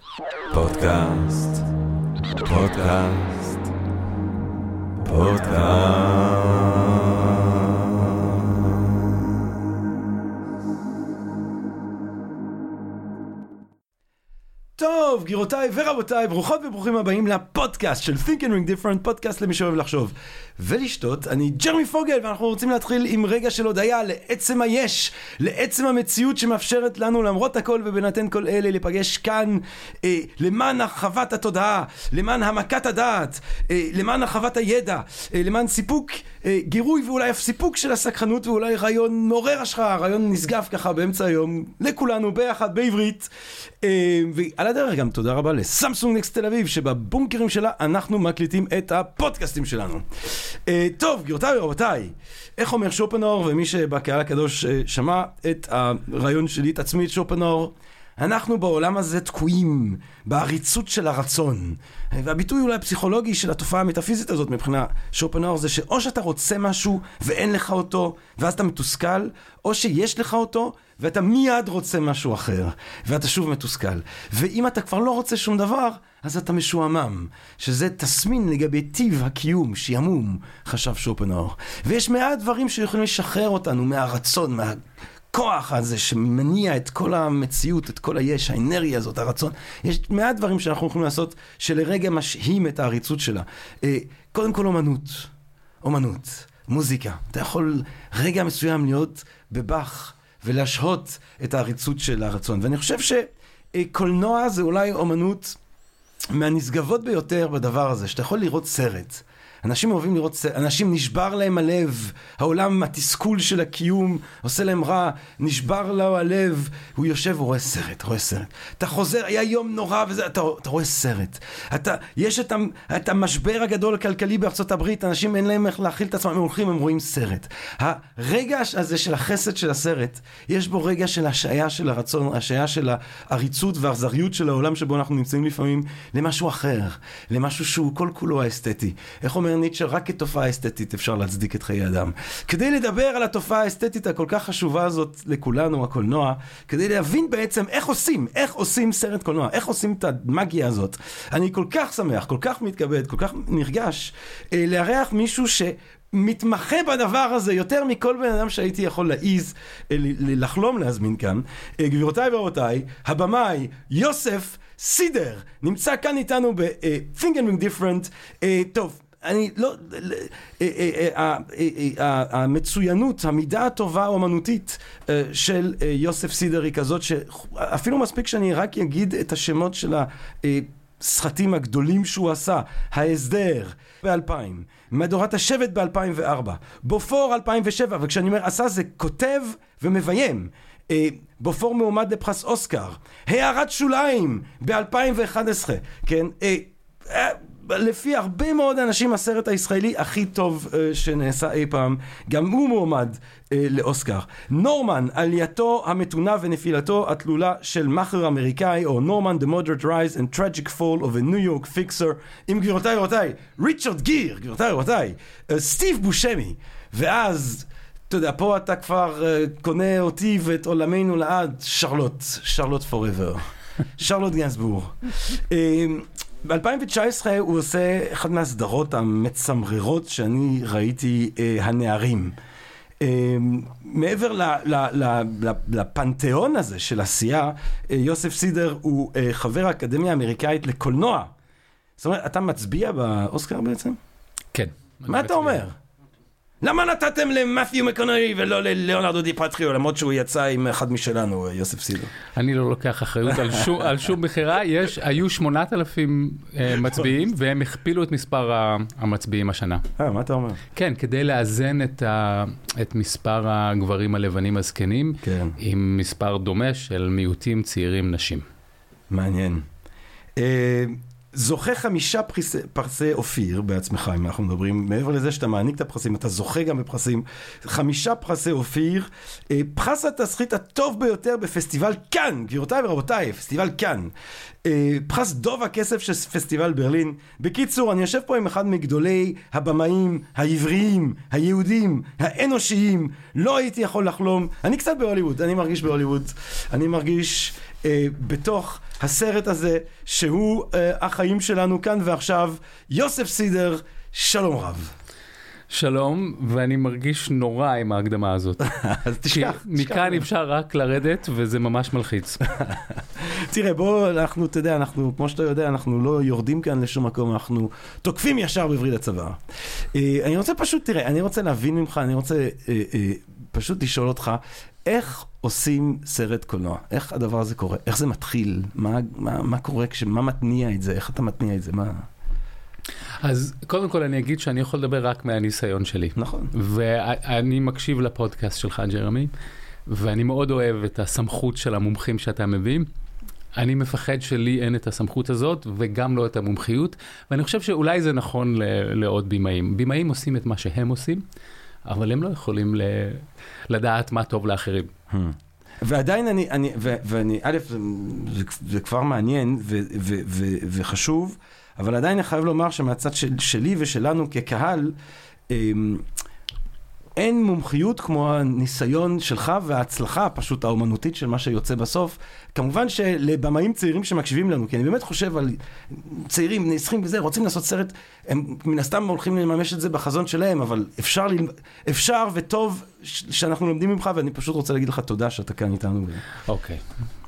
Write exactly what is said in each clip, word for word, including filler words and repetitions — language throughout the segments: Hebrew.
פודקאסט, פודקאסט, פודקאסט. טוב, גבירותיי ורבותיי, ברוכות וברוכים הבאים לפודקאסט של Think and Ring Different, פודקאסט למי שאוהב לחשוב ולשתות. אני ג'רמי פוגל, ואנחנו רוצים להתחיל עם רגע של הודעה לעצם היש, לעצם המציאות שמאפשרת לנו למרות הכל ובנתן כל אלה לפגש כאן אה, למען הרחבת התודעה, למען העמקת הדעת, אה, למען הרחבת הידע, אה, למען סיפוק, אה, גירוי ואולי אף סיפוק של הסקרנות, ואולי רעיון מעורר השראה, רעיון נשגב ככה באמצע היום לכולנו ביחד בעברית. אה, ועל הדרך גם תודה רבה לסמסונג נקסט תל אביב, שבבונקרים שלה אנחנו מקליטים את הפודקאסטים שלנו. Uh, טוב, גבירותיי ורבותיי, איך אומר שופנהאואר, ומי שבקהל הקדוש uh, שמע את הרעיון שלי, את עצמי, את שופנהאואר, אנחנו בעולם הזה תקועים בעריצות של הרצון. והביטוי אולי הפסיכולוגי של התופעה המטאפיזית הזאת מבחינה שופנהאואר זה שאו שאתה רוצה משהו ואין לך אותו ואז אתה מתוסכל, או שיש לך אותו ואתה מיד רוצה משהו אחר ואתה שוב מתוסכל. ואם אתה כבר לא רוצה שום דבר, אז אתה משועמם, שזה תסמין לגבי טיב הקיום, שימום, חשב שופנהאואר. ויש מעט דברים שיכולים לשחרר אותנו מהרצון, מה... כוח הזה שמניע את כל המציאות, את כל היש, האנרגיה הזאת, הרצון. יש מעט דברים שאנחנו יכולים לעשות שלרגע משהים את העריצות שלה. קודם כל אומנות, אומנות, מוזיקה. אתה יכול רגע מסוים להיות בבח ולהשהות את העריצות של הרצון. ואני חושב שקולנוע זה אולי אומנות מהנשגבות ביותר בדבר הזה, שאתה יכול לראות סרט. אנשים אוהבים לראות סרט, אנשים נשבר להם הלב, העולם, התסכול של הקיום, עושה להם רע, נשבר לו הלב, הוא יושב ורואה סרט, רואה סרט. אתה חוזר, היה יום נורא וזה, אתה, אתה רואה סרט. אתה, יש את, את המשבר הגדול הכלכלי בארצות הברית, אנשים אין להם איך להכיל את עצמם, הם הולכים, הם רואים סרט. הרגע הזה של החסד של הסרט, יש בו רגע של השעיה של הרצון, השעיה של העריצות והאכזריות של העולם שבו אנחנו נמצאים לפעמים למשהו אחר, למשהו שהוא כל כולו האסתטי. איך אומר ניטשה, רק כתופעה אסתטית אפשר להצדיק את חיי אדם. כדי לדבר על התופעה האסתטית הכל כך חשובה הזאת לכולנו, הקולנוע, כדי להבין בעצם איך עושים, איך עושים סרט קולנוע, איך עושים את המאגיה הזאת. אני כל כך שמח, כל כך מתכבד, כל כך נרגש אה, לארח מישהו ש... מתמחה בדבר הזה יותר מכל בן אדם שהייתי יכול להעיז לחלום להזמין כאן. גבירותיי ורבותיי, הבמאי יוסף סידר נמצא כאן איתנו ב-Think and Ring Different. טוב, אני לא, המצוינות, המידה הטובה האומנותית של יוסף סידר היא כזאת שאפילו מספיק שאני רק אגיד את השמות של הסרטים הגדולים שהוא עשה. ההסדר ב-אלפיים, מדורת השבט ב-אלפיים וארבע, בופור אלפיים ושבע, וכשאני אומר עשה זה כותב ומביים. בופור מעומד לפרס אוסקר, הערת שוליים ב-אלפיים ואחת עשרה, כן? לפי הרבה מאוד אנשים הסרט הישראלי הכי טוב uh, שנעשה אי פעם, גם הוא מועמד uh, לאוסקר. נורמן, עלייתו המתונה ונפילתו התלולה של מאכר אמריקאי, או נורמן, The Moderate Rise and Tragic Fall of a New York Fixer, עם גבירותיי ורבותיי, ריצ'רד גיר, גבירותיי ורבותיי, uh, סטיב בושמי, ואז, אתה יודע, פה אתה כבר uh, קונה אותי ואת עולמנו לעד, שרלוט, שרלוט forever, שרלוט גנסבור. uh, ב-אלפיים תשע עשרה הוא עושה אחד מהסדרות המצמררות שאני ראיתי, אה, הנערים. אה, מעבר ל, ל, ל, ל, לפנתיאון הזה של עשייה, אה, יוסף סידר הוא אה, חבר האקדמיה האמריקאית לקולנוע. זאת אומרת, אתה מצביע באוסקר בעצם? כן. מה אתה אומר? למה נתתם למת'יו מקונאי ולא לליאונרדו דיפטריו, למרות שהוא יצא עם אחד משלנו, יוסף סידר? אני לא לוקח אחריות על שום, על שום בחירה. יש, היו שמונת אלפים מצביעים, והם הכפילו את מספר המצביעים השנה. אה, מה אתה אומר? כן, כדי לאזן את, ה, את מספר הגברים הלבנים הזקנים, כן. עם מספר דומה של מיעוטים, צעירים, נשים. מעניין. אה... זוכה חמישה פרסי, פרסי אופיר בעצמך, אם אנחנו מדברים, מעבר לזה שאתה מעניק את הפרסים, אתה זוכה גם בפרסים, חמישה פרסי אופיר, פרס התסריט הטוב ביותר בפסטיבל כאן, גבירותיי ורבותיי, פסטיבל כאן, פרס דוב הכסף של פסטיבל ברלין. בקיצור, אני יושב פה עם אחד מגדולי הבמאים, העבריים, היהודים, האנושיים, לא הייתי יכול לחלום, אני קצת בהוליווד, אני מרגיש בהוליווד, אני מרגיש אה, בתוך הסרט הזה, שהוא אה, החיים שלנו כאן ועכשיו. יוסף סידר, שלום רב. שלום, ואני מרגיש נורא עם ההקדמה הזאת. אז תשכח. כי מכאן אפשר רק לרדת, וזה ממש מלחיץ. תראה, בוא, אנחנו, אתה יודע, אנחנו, כמו שאתה יודע, אנחנו לא יורדים כאן לשום מקום, אנחנו תוקפים ישר בווריד הצבא. אני רוצה פשוט, תראה, אני רוצה להבין ממך, אני רוצה פשוט לשאול אותך, איך עושים סרט קולנוע? איך הדבר הזה קורה? איך זה מתחיל? מה, מה, מה קורה? מה מתניע את זה? איך אתה מתניע את זה? מה... אז קודם כל אני אגיד שאני יכול לדבר רק מהניסיון שלי. נכון. ואני מקשיב לפודקאסט שלך, ג'רמי, ואני מאוד אוהב את הסמכות של המומחים שאתה מביא. אני מפחד שלי אין את הסמכות הזאת, וגם לא את המומחיות, ואני חושב שאולי זה נכון לעוד בימאים. בימאים עושים את מה שהם עושים, אבל הם לא יכולים לדעת מה טוב לאחרים. ועדיין אני, אני, ואני, א', זה, זה כבר מעניין ו, ו, ו, וחשוב, אבל עדיין אני חייב לומר שמהצד של, שלי ושלנו כקהל, אין מומחיות כמו הניסיון שלך וההצלחה הפשוט האומנותית של מה שיוצא בסוף. כמובן שלבמאים צעירים שמקשיבים לנו, כי אני באמת חושב על צעירים, נצחים וזה, רוצים לעשות סרט, הם מן הסתם הולכים לממש את זה בחזון שלהם, אבל אפשר, אפשר וטוב שאנחנו לומדים ממך, ואני פשוט רוצה להגיד לך תודה שאתה כאן איתנו. אוקיי.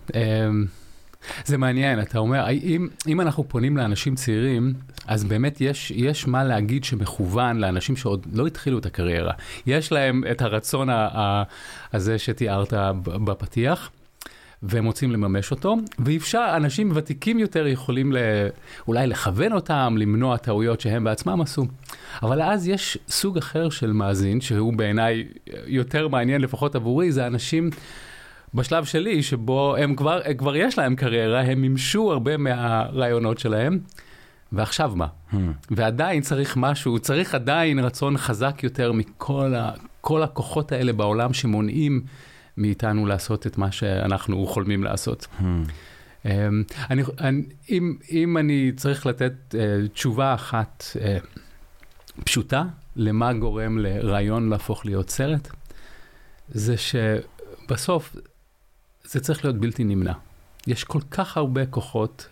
זה מעניין, אתה אומר, אם, אם אנחנו פונים לאנשים צעירים, אז באמת יש, יש מה להגיד שמכוון לאנשים שעוד לא התחילו את הקריירה. יש להם את הרצון הזה שתיארת בפתיח, והם רוצים לממש אותו, ואפשר, אנשים ותיקים יותר יכולים אולי לכוון אותם, למנוע טעויות שהם בעצמם עשו. אבל אז יש סוג אחר של מאזין, שהוא בעיניי יותר מעניין, לפחות עבורי, זה אנשים... בשלב שלי, שבו הם כבר, כבר יש להם קריירה, הם מימשו הרבה מהרעיונות שלהם, ועכשיו מה? Hmm. ועדיין צריך משהו, צריך עדיין רצון חזק יותר מכל ה, כל הכוחות האלה בעולם שמונעים מאיתנו לעשות את מה שאנחנו חולמים לעשות. Hmm. Um, אני, אני, אם, אם אני צריך לתת uh, תשובה אחת uh, פשוטה, למה גורם לרעיון להפוך להיות סרט, זה שבסוף, זה צריך להיות בלתי נמנע. יש כל כך הרבה כוחות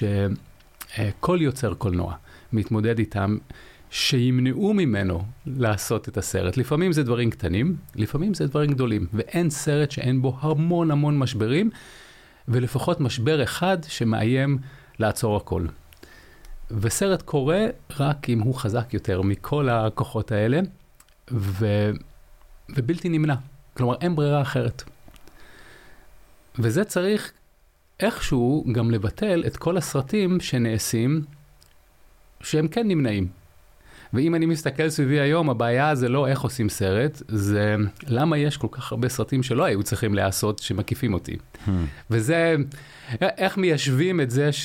שכל יוצר קולנוע מתמודד איתם, שימנעו ממנו לעשות את הסרט. לפעמים זה דברים קטנים, לפעמים זה דברים גדולים, ואין סרט שאין בו המון המון משברים, ולפחות משבר אחד שמאיים לעצור הכל. וסרט קורה רק אם הוא חזק יותר מכל הכוחות האלה, ו... ובלתי נמנע. כלומר, אין ברירה אחרת. וזה צריך איכשהו גם לבטל את כל הסרטים שנעשים, שהם כן נמנעים. ואם אני מסתכל סביבי היום, הבעיה זה לא איך עושים סרט, זה למה יש כל כך הרבה סרטים שלא היו צריכים לעשות, שמקיפים אותי. Hmm. וזה, איך מיישבים את זה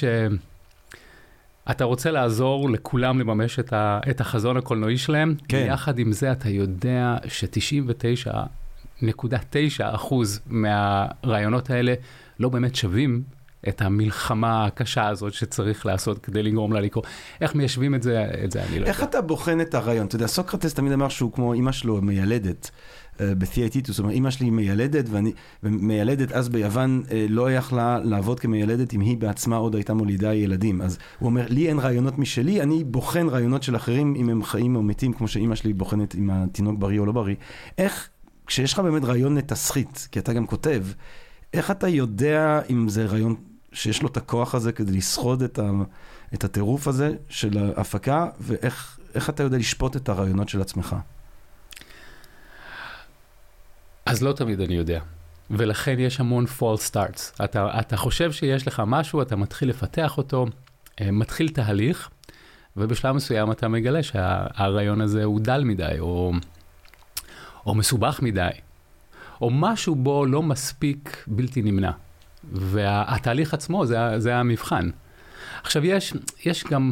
שאתה רוצה לעזור לכולם לממש את, ה, את החזון הקולנועי שלהם, כן. יחד עם זה אתה יודע ש-תשעים ותשע נקודה תשע אחוז מהרעיונות האלה לא באמת שווים את המלחמה הקשה הזאת שצריך לעשות כדי לגרום לה לקרוא. איך מיישבים את זה, את זה אני לא יודע. איך אתה בוחן את הרעיון? אתה יודע, סוקרטס תמיד אמר שהוא כמו אמא שלו מיילדת, בתיאטיטוס, זאת אומרת, אמא שלי מיילדת, ואני, ומיילדת אז ביוון לא יכלה לעבוד כמיילדת אם היא בעצמה עוד הייתה מולידה ילדים. אז הוא אומר, לי אין רעיונות משלי, אני בוחן רעיונות של אחרים אם הם חיים או מתים, כמו שאמא שלי בוחנת עם התינוק בריא או לא בריא. איך, כשיש לך באמת רעיון לתסחית, כי אתה גם כותב, איך אתה יודע אם זה רעיון שיש לו את הכוח הזה כדי לסחוד את, ה, את הטירוף הזה של ההפקה, ואיך איך אתה יודע לשפוט את הרעיונות של עצמך? אז לא תמיד אני יודע. ולכן יש המון false starts. אתה, אתה חושב שיש לך משהו, אתה מתחיל לפתח אותו, מתחיל תהליך, ובשלב מסוים אתה מגלה שהרעיון הזה הוא דל מדי, או, או מסובך מדי, או משהו בו לא מספיק בלתי נמנע. והתהליך עצמו זה, זה המבחן. עכשיו יש, יש גם,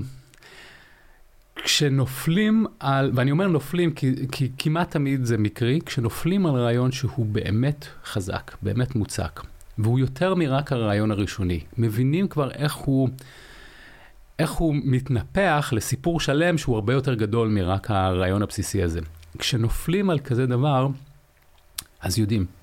כשנופלים על, ואני אומר נופלים כי, כי כמעט תמיד זה מקרי, כשנופלים על רעיון שהוא באמת חזק, באמת מוצק, והוא יותר מרק הרעיון הראשוני, מבינים כבר איך הוא, איך הוא מתנפח לסיפור שלם שהוא הרבה יותר גדול מרק הרעיון הבסיסי הזה. כשנופלים על כזה דבר, אז יודעים.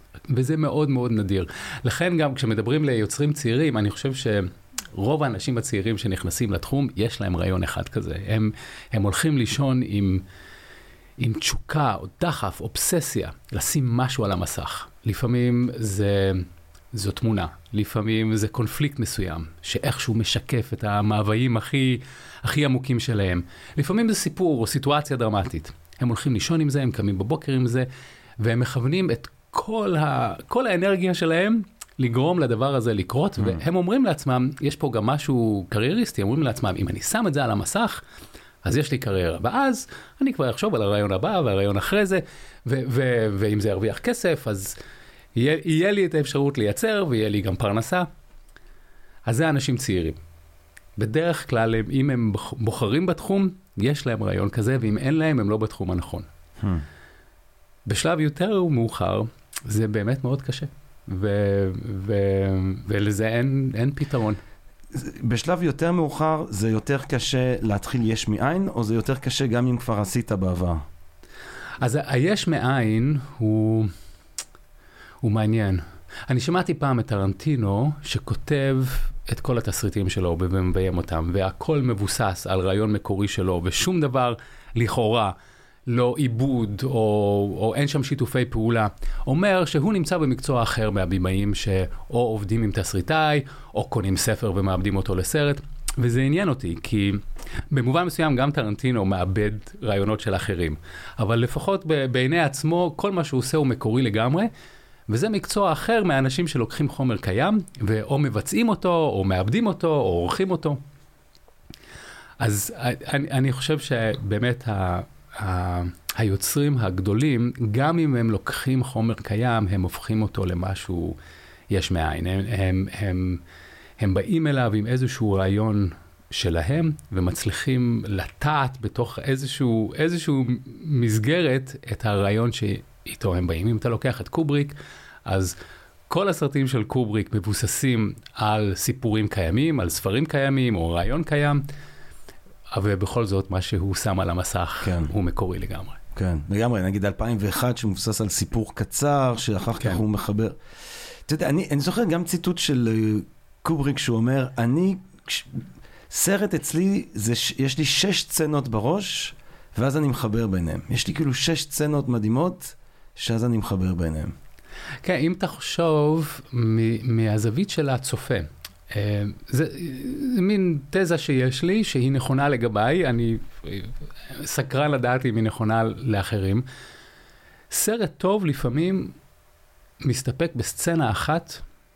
וזה מאוד מאוד נדיר. לכן גם כשמדברים ליוצרים צעירים, אני חושב שרוב האנשים הצעירים שנכנסים לתחום, יש להם רעיון אחד כזה. הם, הם הולכים לישון עם, עם תשוקה או דחף, אובססיה, לשים משהו על המסך. לפעמים זה, זו תמונה, לפעמים זה קונפליקט מסוים, שאיכשהו משקף את המאוויים הכי, הכי עמוקים שלהם. לפעמים זה סיפור או סיטואציה דרמטית. הם הולכים לישון עם זה, הם קמים בבוקר עם זה, והם מכוונים את כל, ה, כל האנרגיה שלהם לגרום לדבר הזה לקרות, mm. והם אומרים לעצמם, יש פה גם משהו קרייריסטי, הם אומרים לעצמם, אם אני שם את זה על המסך, אז יש לי קריירה, ואז אני כבר אחשוב על הרעיון הבא והרעיון אחרי זה, ו- ו- ואם זה ירוויח כסף, אז יהיה, יהיה לי את האפשרות לייצר, ויהיה לי גם פרנסה. אז זה אנשים צעירים. בדרך כלל, אם הם בוחרים בתחום, יש להם רעיון כזה, ואם אין להם, הם לא בתחום הנכון. Hmm. בשלב יותר מאוחר, זה באמת מאוד קשה, ו- ו- ולזה אין, אין פתרון. בשלב יותר מאוחר, זה יותר קשה להתחיל יש מאין, או זה יותר קשה גם אם כבר עשית בעבר? אז היש מאין הוא, הוא מעניין. אני שמעתי פעם את טרנטינו, שכותב את כל התסריטים שלו ומביים אותם, והכל מבוסס על רעיון מקורי שלו, ושום דבר לכאורה לא עיבוד, או, או אין שם שיתופי פעולה. אומר שהוא נמצא במקצוע אחר מהבימאים, שאו עובדים עם תסריטאי, או קונים ספר ומאבדים אותו לסרט, וזה עניין אותי, כי במובן מסוים גם טרנטינו מאבד רעיונות של אחרים, אבל לפחות בעיני עצמו, כל מה שהוא עושה הוא מקורי לגמרי, וזה מקצוע אחר מהאנשים שלוקחים חומר קיים, ואו מבצעים אותו, או מאבדים אותו, או עורכים אותו. אז אני, אני חושב שבאמת ה... ה... היוצרים הגדולים, גם אם הם לוקחים חומר קיים, הם הופכים אותו למשהו יש מאין. הם, הם, הם, הם באים אליו עם איזשהו רעיון שלהם, ומצליחים לטעת בתוך איזשהו, איזשהו מסגרת את הרעיון שאיתו הם באים. אם אתה לוקח את קובריק, אז כל הסרטים של קובריק מבוססים על סיפורים קיימים, על ספרים קיימים או רעיון קיים, אבל בכל זאת מה שהוא שם על המסך כן. הוא מקורי לגמרי. כן, לגמרי. נגיד אלפיים ואחת שמבוסס על סיפור קצר, שאחר כן. כך הוא מחבר. אתה יודע, אני, אני זוכר גם ציטוט של קובריק שהוא אומר, אני, סרט אצלי, זה, יש לי שש סצנות בראש, ואז אני מחבר ביניהם. יש לי כאילו שש סצנות מדהימות, שאז אני מחבר ביניהם. כן, אם תחשוב מהזווית של הצופה, זה, זה מין תזה שיש לי, שהיא נכונה לגביי, אני סקרן לדעת אם היא נכונה לאחרים. סרט טוב לפעמים מסתפק בסצנה אחת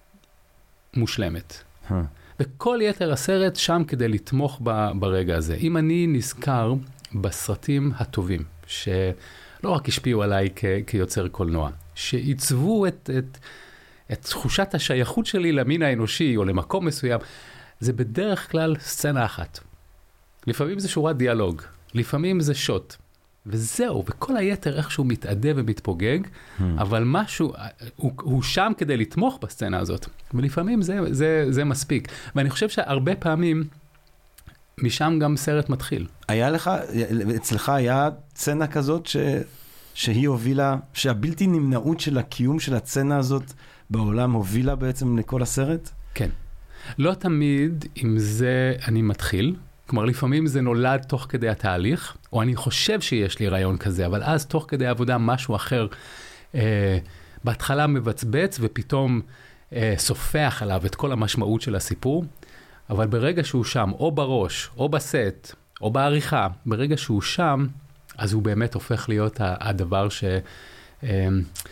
מושלמת. Huh. וכל יתר הסרט שם כדי לתמוך ב, ברגע הזה. אם אני נזכר בסרטים הטובים, שלא רק השפיעו עליי כ, כיוצר קולנוע, שעיצבו את... את את תחושת השייכות שלי למין האנושי או למקום מסוים, זה בדרך כלל סצנה אחת. לפעמים זה שורת דיאלוג, לפעמים זה שוט, וזהו, וכל היתר איכשהו מתעדה ומתפוגג, hmm. אבל משהו, הוא, הוא שם כדי לתמוך בסצנה הזאת, ולפעמים זה, זה, זה מספיק. ואני חושב שהרבה פעמים, משם גם סרט מתחיל. היה לך, אצלך היה סצנה כזאת ש, שהיא הובילה, שהבלתי נמנעות של הקיום של הסצנה הזאת, בעולם הובילה בעצם לכל הסרט? כן. לא תמיד עם זה אני מתחיל, כלומר לפעמים זה נולד תוך כדי התהליך, או אני חושב שיש לי רעיון כזה, אבל אז תוך כדי עבודה משהו אחר, אה, בהתחלה מבצבץ ופתאום אה, סופח עליו את כל המשמעות של הסיפור, אבל ברגע שהוא שם, או בראש, או בסט, או בעריכה, ברגע שהוא שם, אז הוא באמת הופך להיות הדבר ש... אה,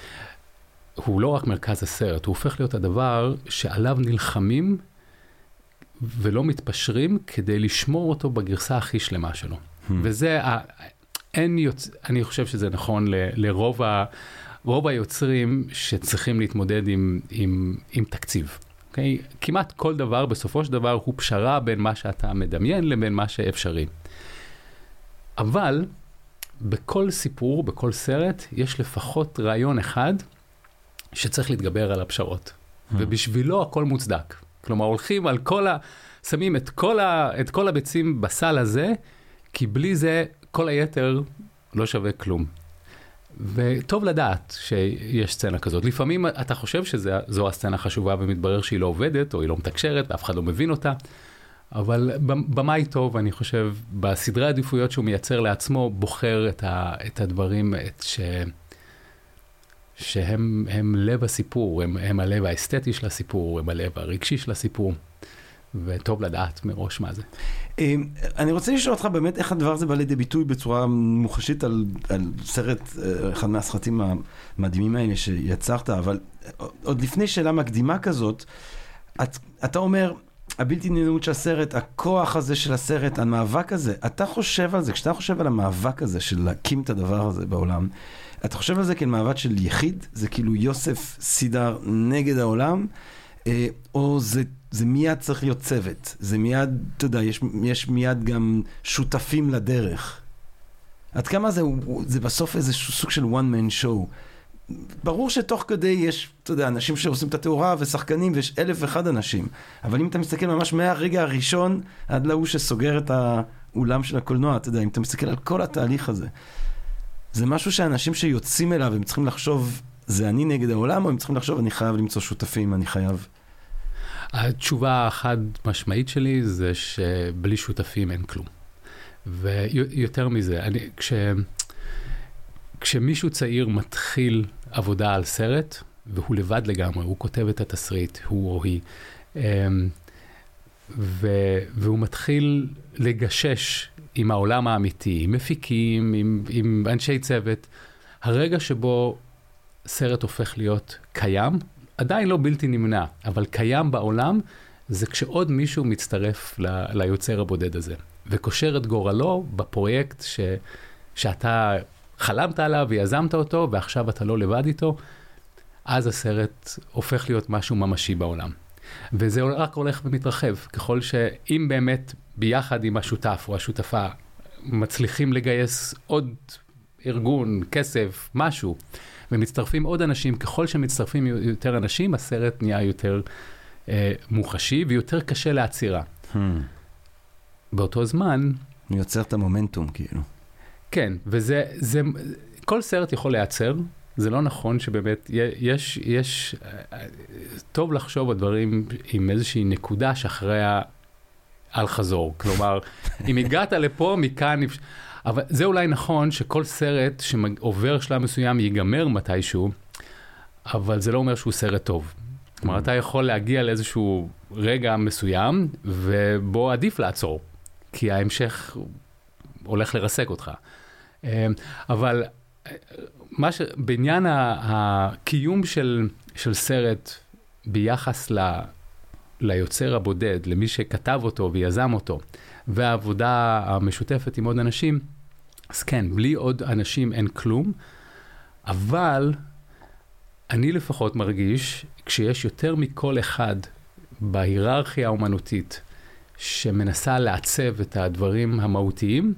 הוא לא רק מרכז הסרט, הוא הופך להיות הדבר שעליו נלחמים ולא מתפשרים כדי לשמור אותו בגרסה הכי שלמה שלו. Hmm. וזה, אין יוצ... אני חושב שזה נכון ל... לרוב ה... רוב היוצרים שצריכים להתמודד עם, עם, עם תקציב. Okay? כמעט כל דבר בסופו של דבר הוא פשרה בין מה שאתה מדמיין לבין מה שאפשרי. אבל בכל סיפור, בכל סרט, יש לפחות רעיון אחד שצריך להתגבר על הפשרות. Hmm. ובשבילו הכל מוצדק. כלומר, הולכים על כל ה... שמים את כל, ה... את כל הביצים בסל הזה, כי בלי זה כל היתר לא שווה כלום. וטוב לדעת שיש סצנה כזאת. לפעמים אתה חושב שזו הסצנה חשובה ומתברר שהיא לא עובדת, או היא לא מתקשרת, ואף אחד לא מבין אותה. אבל במאי טוב, אני חושב, בסדרי העדיפויות שהוא מייצר לעצמו, בוחר את, ה, את הדברים את ש, שהם הם לב הסיפור, הם, הם הלב האסתטי של הסיפור, הם הלב הרגשי של הסיפור, וטוב לדעת מראש מה זה. אני רוצה לשאול אותך באמת איך הדבר הזה בא לידי ביטוי בצורה מוחשית על, על סרט, אחד מהסרטים המדהימים האלה שיצרת, אבל עוד לפני שאלה מקדימה כזאת, את, אתה אומר, הבלתי נמנעות של הסרט, הכוח הזה של הסרט, המאבק הזה, אתה חושב על זה, כשאתה חושב על המאבק הזה של להקים את הדבר הזה בעולם, אתה חושב על זה כמאבק של יחיד? זה כאילו יוסף סידר נגד העולם? או זה, זה מיד צריך להיות צוות? זה מיד, אתה יודע, יש, יש מיד גם שותפים לדרך. עד כמה זה, זה בסוף איזשהו סוג של one man show? ברור שתוך כדי יש, אתה יודע, אנשים שעושים את התאורה ושחקנים, ויש אלף ואחד אנשים. אבל אם אתה מסתכל ממש מהרגע הראשון, עד להוא שסוגר את האולם של הקולנוע, אתה יודע, אם אתה מסתכל על כל התהליך הזה, זה משהו שאנשים שיוצאים אליו, הם צריכים לחשוב, זה אני נגד העולם, או הם צריכים לחשוב, אני חייב למצוא שותפים, אני חייב. התשובה החד משמעית שלי, זה שבלי שותפים אין כלום. ויותר מזה, אני, כש... כשמישהו צעיר מתחיל עבודה על סרט, והוא לבד לגמרי, הוא כותב את התסריט, הוא או היא, ו- והוא מתחיל לגשש עם העולם האמיתי, עם מפיקים, עם, עם אנשי צוות, הרגע שבו סרט הופך להיות קיים, עדיין לא בלתי נמנע, אבל קיים בעולם, זה כשעוד מישהו מצטרף ל- ליוצר הבודד הזה, וקושר את גורלו בפרויקט ש- שאתה חלמת עליו ויזמת אותו, ועכשיו אתה לא לבד איתו, אז הסרט הופך להיות משהו ממשי בעולם. וזה רק הולך ומתרחב, ככל שאם באמת ביחד עם השותף או השותפה מצליחים לגייס עוד ארגון, כסף, משהו, ומצטרפים עוד אנשים, ככל שמצטרפים יותר אנשים, הסרט נהיה יותר אה, מוחשי ויותר קשה לעצירה. Hmm. באותו זמן... הוא יוצר את המומנטום, כאילו. כן, וזה, זה, כל סרט יכול להיעצר, זה לא נכון שבאמת, יש, יש, טוב לחשוב על דברים עם איזושהי נקודה שאחריה על חזור. כלומר, אם הגעת לפה, מכאן, אבל זה אולי נכון שכל סרט שעובר שלב מסוים ייגמר מתישהו, אבל זה לא אומר שהוא סרט טוב. כלומר, אתה יכול להגיע לאיזשהו רגע מסוים, ובו עדיף לעצור, כי ההמשך הולך לרסק אותך. אבל מה ש... בעניין הקיום של, של סרט ביחס ל... ליוצר הבודד, למי שכתב אותו ויזם אותו, והעבודה המשותפת עם עוד אנשים, אז כן, בלי עוד אנשים אין כלום, אבל אני לפחות מרגיש, כשיש יותר מכל אחד בהיררכיה האומנותית, שמנסה לעצב את הדברים המהותיים,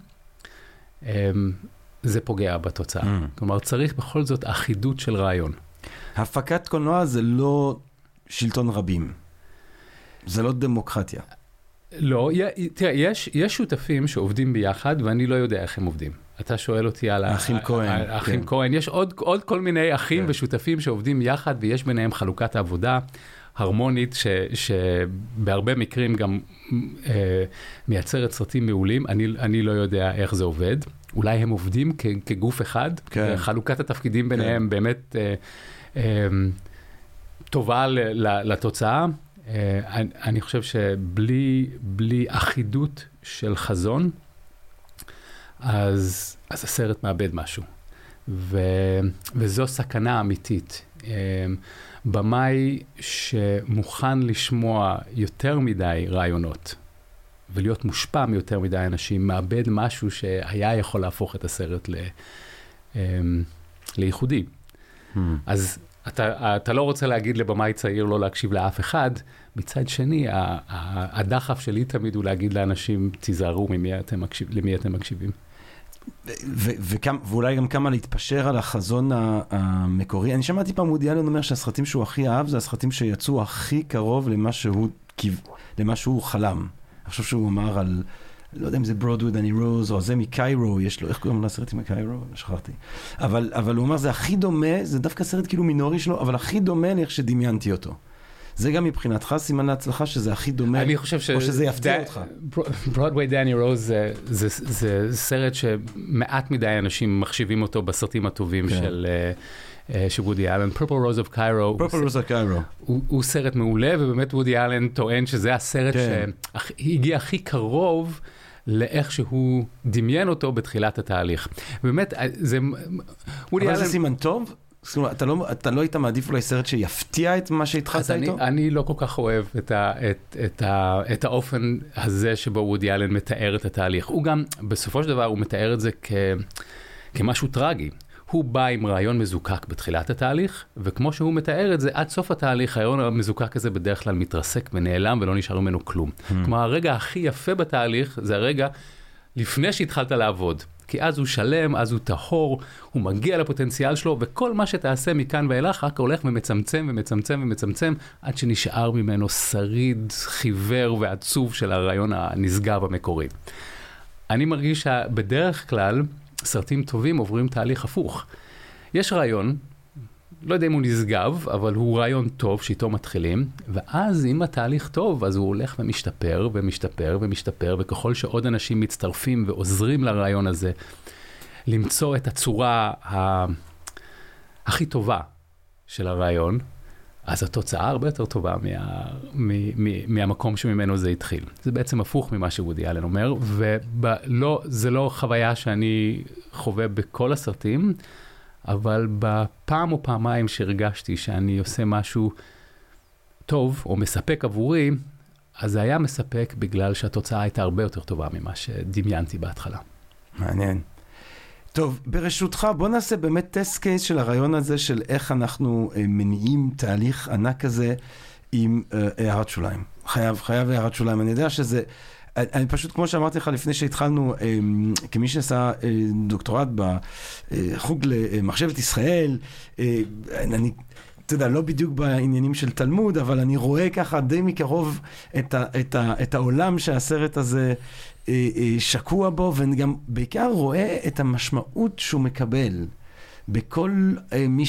זה פוגע בתוצאה. Mm. כלומר, צריך בכל זאת אחידות של רעיון. הפקת קולנוע זה לא שלטון רבים. זה לא דמוקרטיה. לא, תראה, יש, יש שותפים שעובדים ביחד, ואני לא יודע איך הם עובדים. אתה שואל אותי על האחים כהן. האחים כן. כהן. יש עוד, עוד כל מיני אחים כן. ושותפים שעובדים יחד, ויש ביניהם חלוקת עבודה הרמונית, ש, שבהרבה מקרים גם אה, מייצרת סרטים מעולים. אני, אני לא יודע איך זה עובד. אולי הם עובדים כ, כגוף אחד. כן. חלוקת התפקידים ביניהם כן. באמת אה, אה, טובה ל, ל, לתוצאה. אני, אני חושב שבלי בלי אחידות של חזון, אז, אז הסרט מאבד משהו. ו, וזו סכנה אמיתית. במאי שמוכן לשמוע יותר מדי רעיונות, ולהיות מושפע מיותר מדי אנשים, מאבד משהו שהיה יכול להפוך את הסרט ל, לייחודי. Hmm. אז אתה, אתה לא רוצה להגיד לבמאי צעיר לא להקשיב לאף אחד, מצד שני, הדחף שלי תמיד הוא להגיד לאנשים, תיזהרו ממי אתם מקשיב, למי אתם מקשיבים. ו- וכמה, ואולי גם כמה להתפשר על החזון המקורי. אני שמעתי פעם וודי אלן אומר שהסרטים שהוא הכי אהב, זה הסרטים שיצאו הכי קרוב למה שהוא, למה שהוא חלם. אני חושב שהוא אמר על, לא יודע אם זה ברודווד אני רוז, או זה מקיירו, יש לו, איך קוראים לסרט עם מקיירו? שכחתי. אבל, אבל הוא אמר, זה הכי דומה, זה דווקא סרט כאילו מינורי שלו, אבל הכי דומה לאיך שדמיינתי אותו. זה גם מבחינתך סימן להצלחה שזה הכי דומה, אני חושב ש... או שזה יפתיע אותך. ברודווי דני רוז זה, זה, זה סרט שמעט מדי אנשים מחשיבים אותו בסרטים הטובים כן. של... של וודי אלן, Purple Rose of Cairo. Purple Rose of Cairo. הוא, הוא סרט מעולה, ובאמת וודי אלן טוען שזה הסרט כן. שהגיע הכי קרוב לאיך שהוא דמיין אותו בתחילת התהליך. באמת, זה... אבל אלן... זה סימן טוב? אתה לא, אתה לא היית מעדיף אולי סרט שיפתיע את מה שהתחלת איתו? אני, אני לא כל כך אוהב את, ה, את, את, ה, את האופן הזה שבו וודי אלן מתאר את התהליך. הוא גם, בסופו של דבר, הוא מתאר את זה כ, כמשהו טרגי. הוא בא עם רעיון מזוקק בתחילת התהליך, וכמו שהוא מתאר את זה, עד סוף התהליך, הרעיון המזוקק הזה בדרך כלל מתרסק ונעלם ולא נשאר ממנו כלום. Hmm. כלומר, הרגע הכי יפה בתהליך, זה הרגע לפני שהתחלת לעבוד. כי אז הוא שלם, אז הוא טהור, הוא מגיע לפוטנציאל שלו, וכל מה שתעשה מכאן ואילך, רק הולך ומצמצם ומצמצם ומצמצם, עד שנשאר ממנו שריד, חיוור ועצוב של הרעיון הנשגב המקורי. אני מרגיש שבדרך כלל, סרטים טובים עוברים תהליך הפוך. יש רעיון, לא יודע אם הוא נשגב, אבל הוא רעיון טוב שאיתו מתחילים, ואז אם התהליך טוב, אז הוא הולך ומשתפר ומשתפר ומשתפר, וככל שעוד אנשים מצטרפים ועוזרים לרעיון הזה, למצוא את הצורה ה... הכי טובה של הרעיון, אז התוצאה הרבה יותר טובה מה... מ... מ... מהמקום שממנו זה התחיל. זה בעצם הפוך ממה שוודי אלן אומר, וזה לא חוויה שאני חווה בכל הסרטים, אבל בפעם או פעמיים שהרגשתי שאני עושה משהו טוב או מספק עבורי, אז זה היה מספק בגלל שהתוצאה הייתה הרבה יותר טובה ממה שדמיינתי בהתחלה. מעניין. טוב, ברשותך, בוא נעשה באמת טסט קייס של הרעיון הזה של איך אנחנו אה, מניעים תהליך ענק כזה עם אה, הערת שוליים. חייב, חייב הערת שוליים. אני יודע שזה, אני פשוט, כמו שאמרתי לך לפני שהתחלנו, אה, כמי שעשה אה, דוקטורט בחוג למחשבת ישראל, אה, אני... אתה יודע, לא בדיוק בעניינים של תלמוד, אבל אני רואה ככה די מקרוב את, ה, את, ה, את העולם שהסרט הזה אה, אה, שקוע בו, ואני גם בעיקר רואה את המשמעות שהוא מקבל בכל אה, מי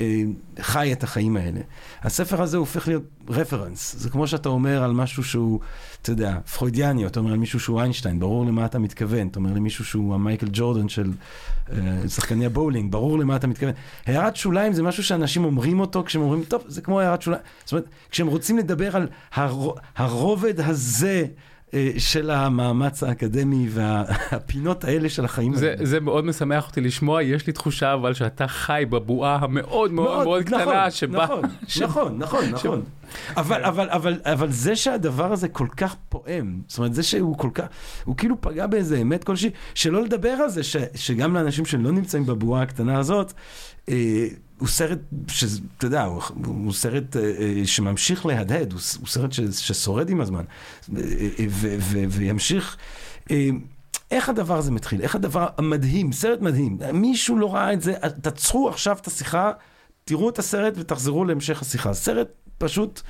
שחי אה, את החיים האלה. הספר הזה הופך להיות רפרנס. זה כמו שאתה אומר על משהו שהוא, אתה יודע, פרוידיאני, אתה אומר על מישהו שהוא איינשטיין, ברור למה אתה מתכוון. אתה אומר למישהו שהוא המייקל ג'ורדן של אה, שחקני הבולינג, ברור למה אתה מתכוון. הערת שוליים זה משהו שאנשים אומרים אותו, כשהם אומרים, טוב, זה כמו הערת שוליים. זאת אומרת, כשהם רוצים לדבר על הר... הרובד הזה, של המאמץ האקדמי והפינות האלה של החיים. זה, זה מאוד משמח אותי לשמוע, יש לי תחושה אבל שאתה חי בבועה המאוד מאוד מאוד, מאוד קטנה נכון, שבה... נכון, ש... נכון, נכון, נכון. אבל, אבל, אבל, אבל זה שהדבר הזה כל כך פועם, זאת אומרת, זה שהוא כל כך, הוא כאילו פגע באיזה אמת כלשהי, שלא לדבר על זה, ש, שגם לאנשים שלא נמצאים בבועה הקטנה הזאת, אה, הוא סרט, שאתה יודע, הוא, הוא סרט אה, שממשיך להדהד, הוא, הוא סרט ש, ששורד עם הזמן, ו, ו, ו, וימשיך. אה, איך הדבר הזה מתחיל? איך הדבר המדהים, סרט מדהים, מישהו לא ראה את זה, תעצרו עכשיו את השיחה, תראו את הסרט ותחזרו להמשך השיחה. סרט פשוט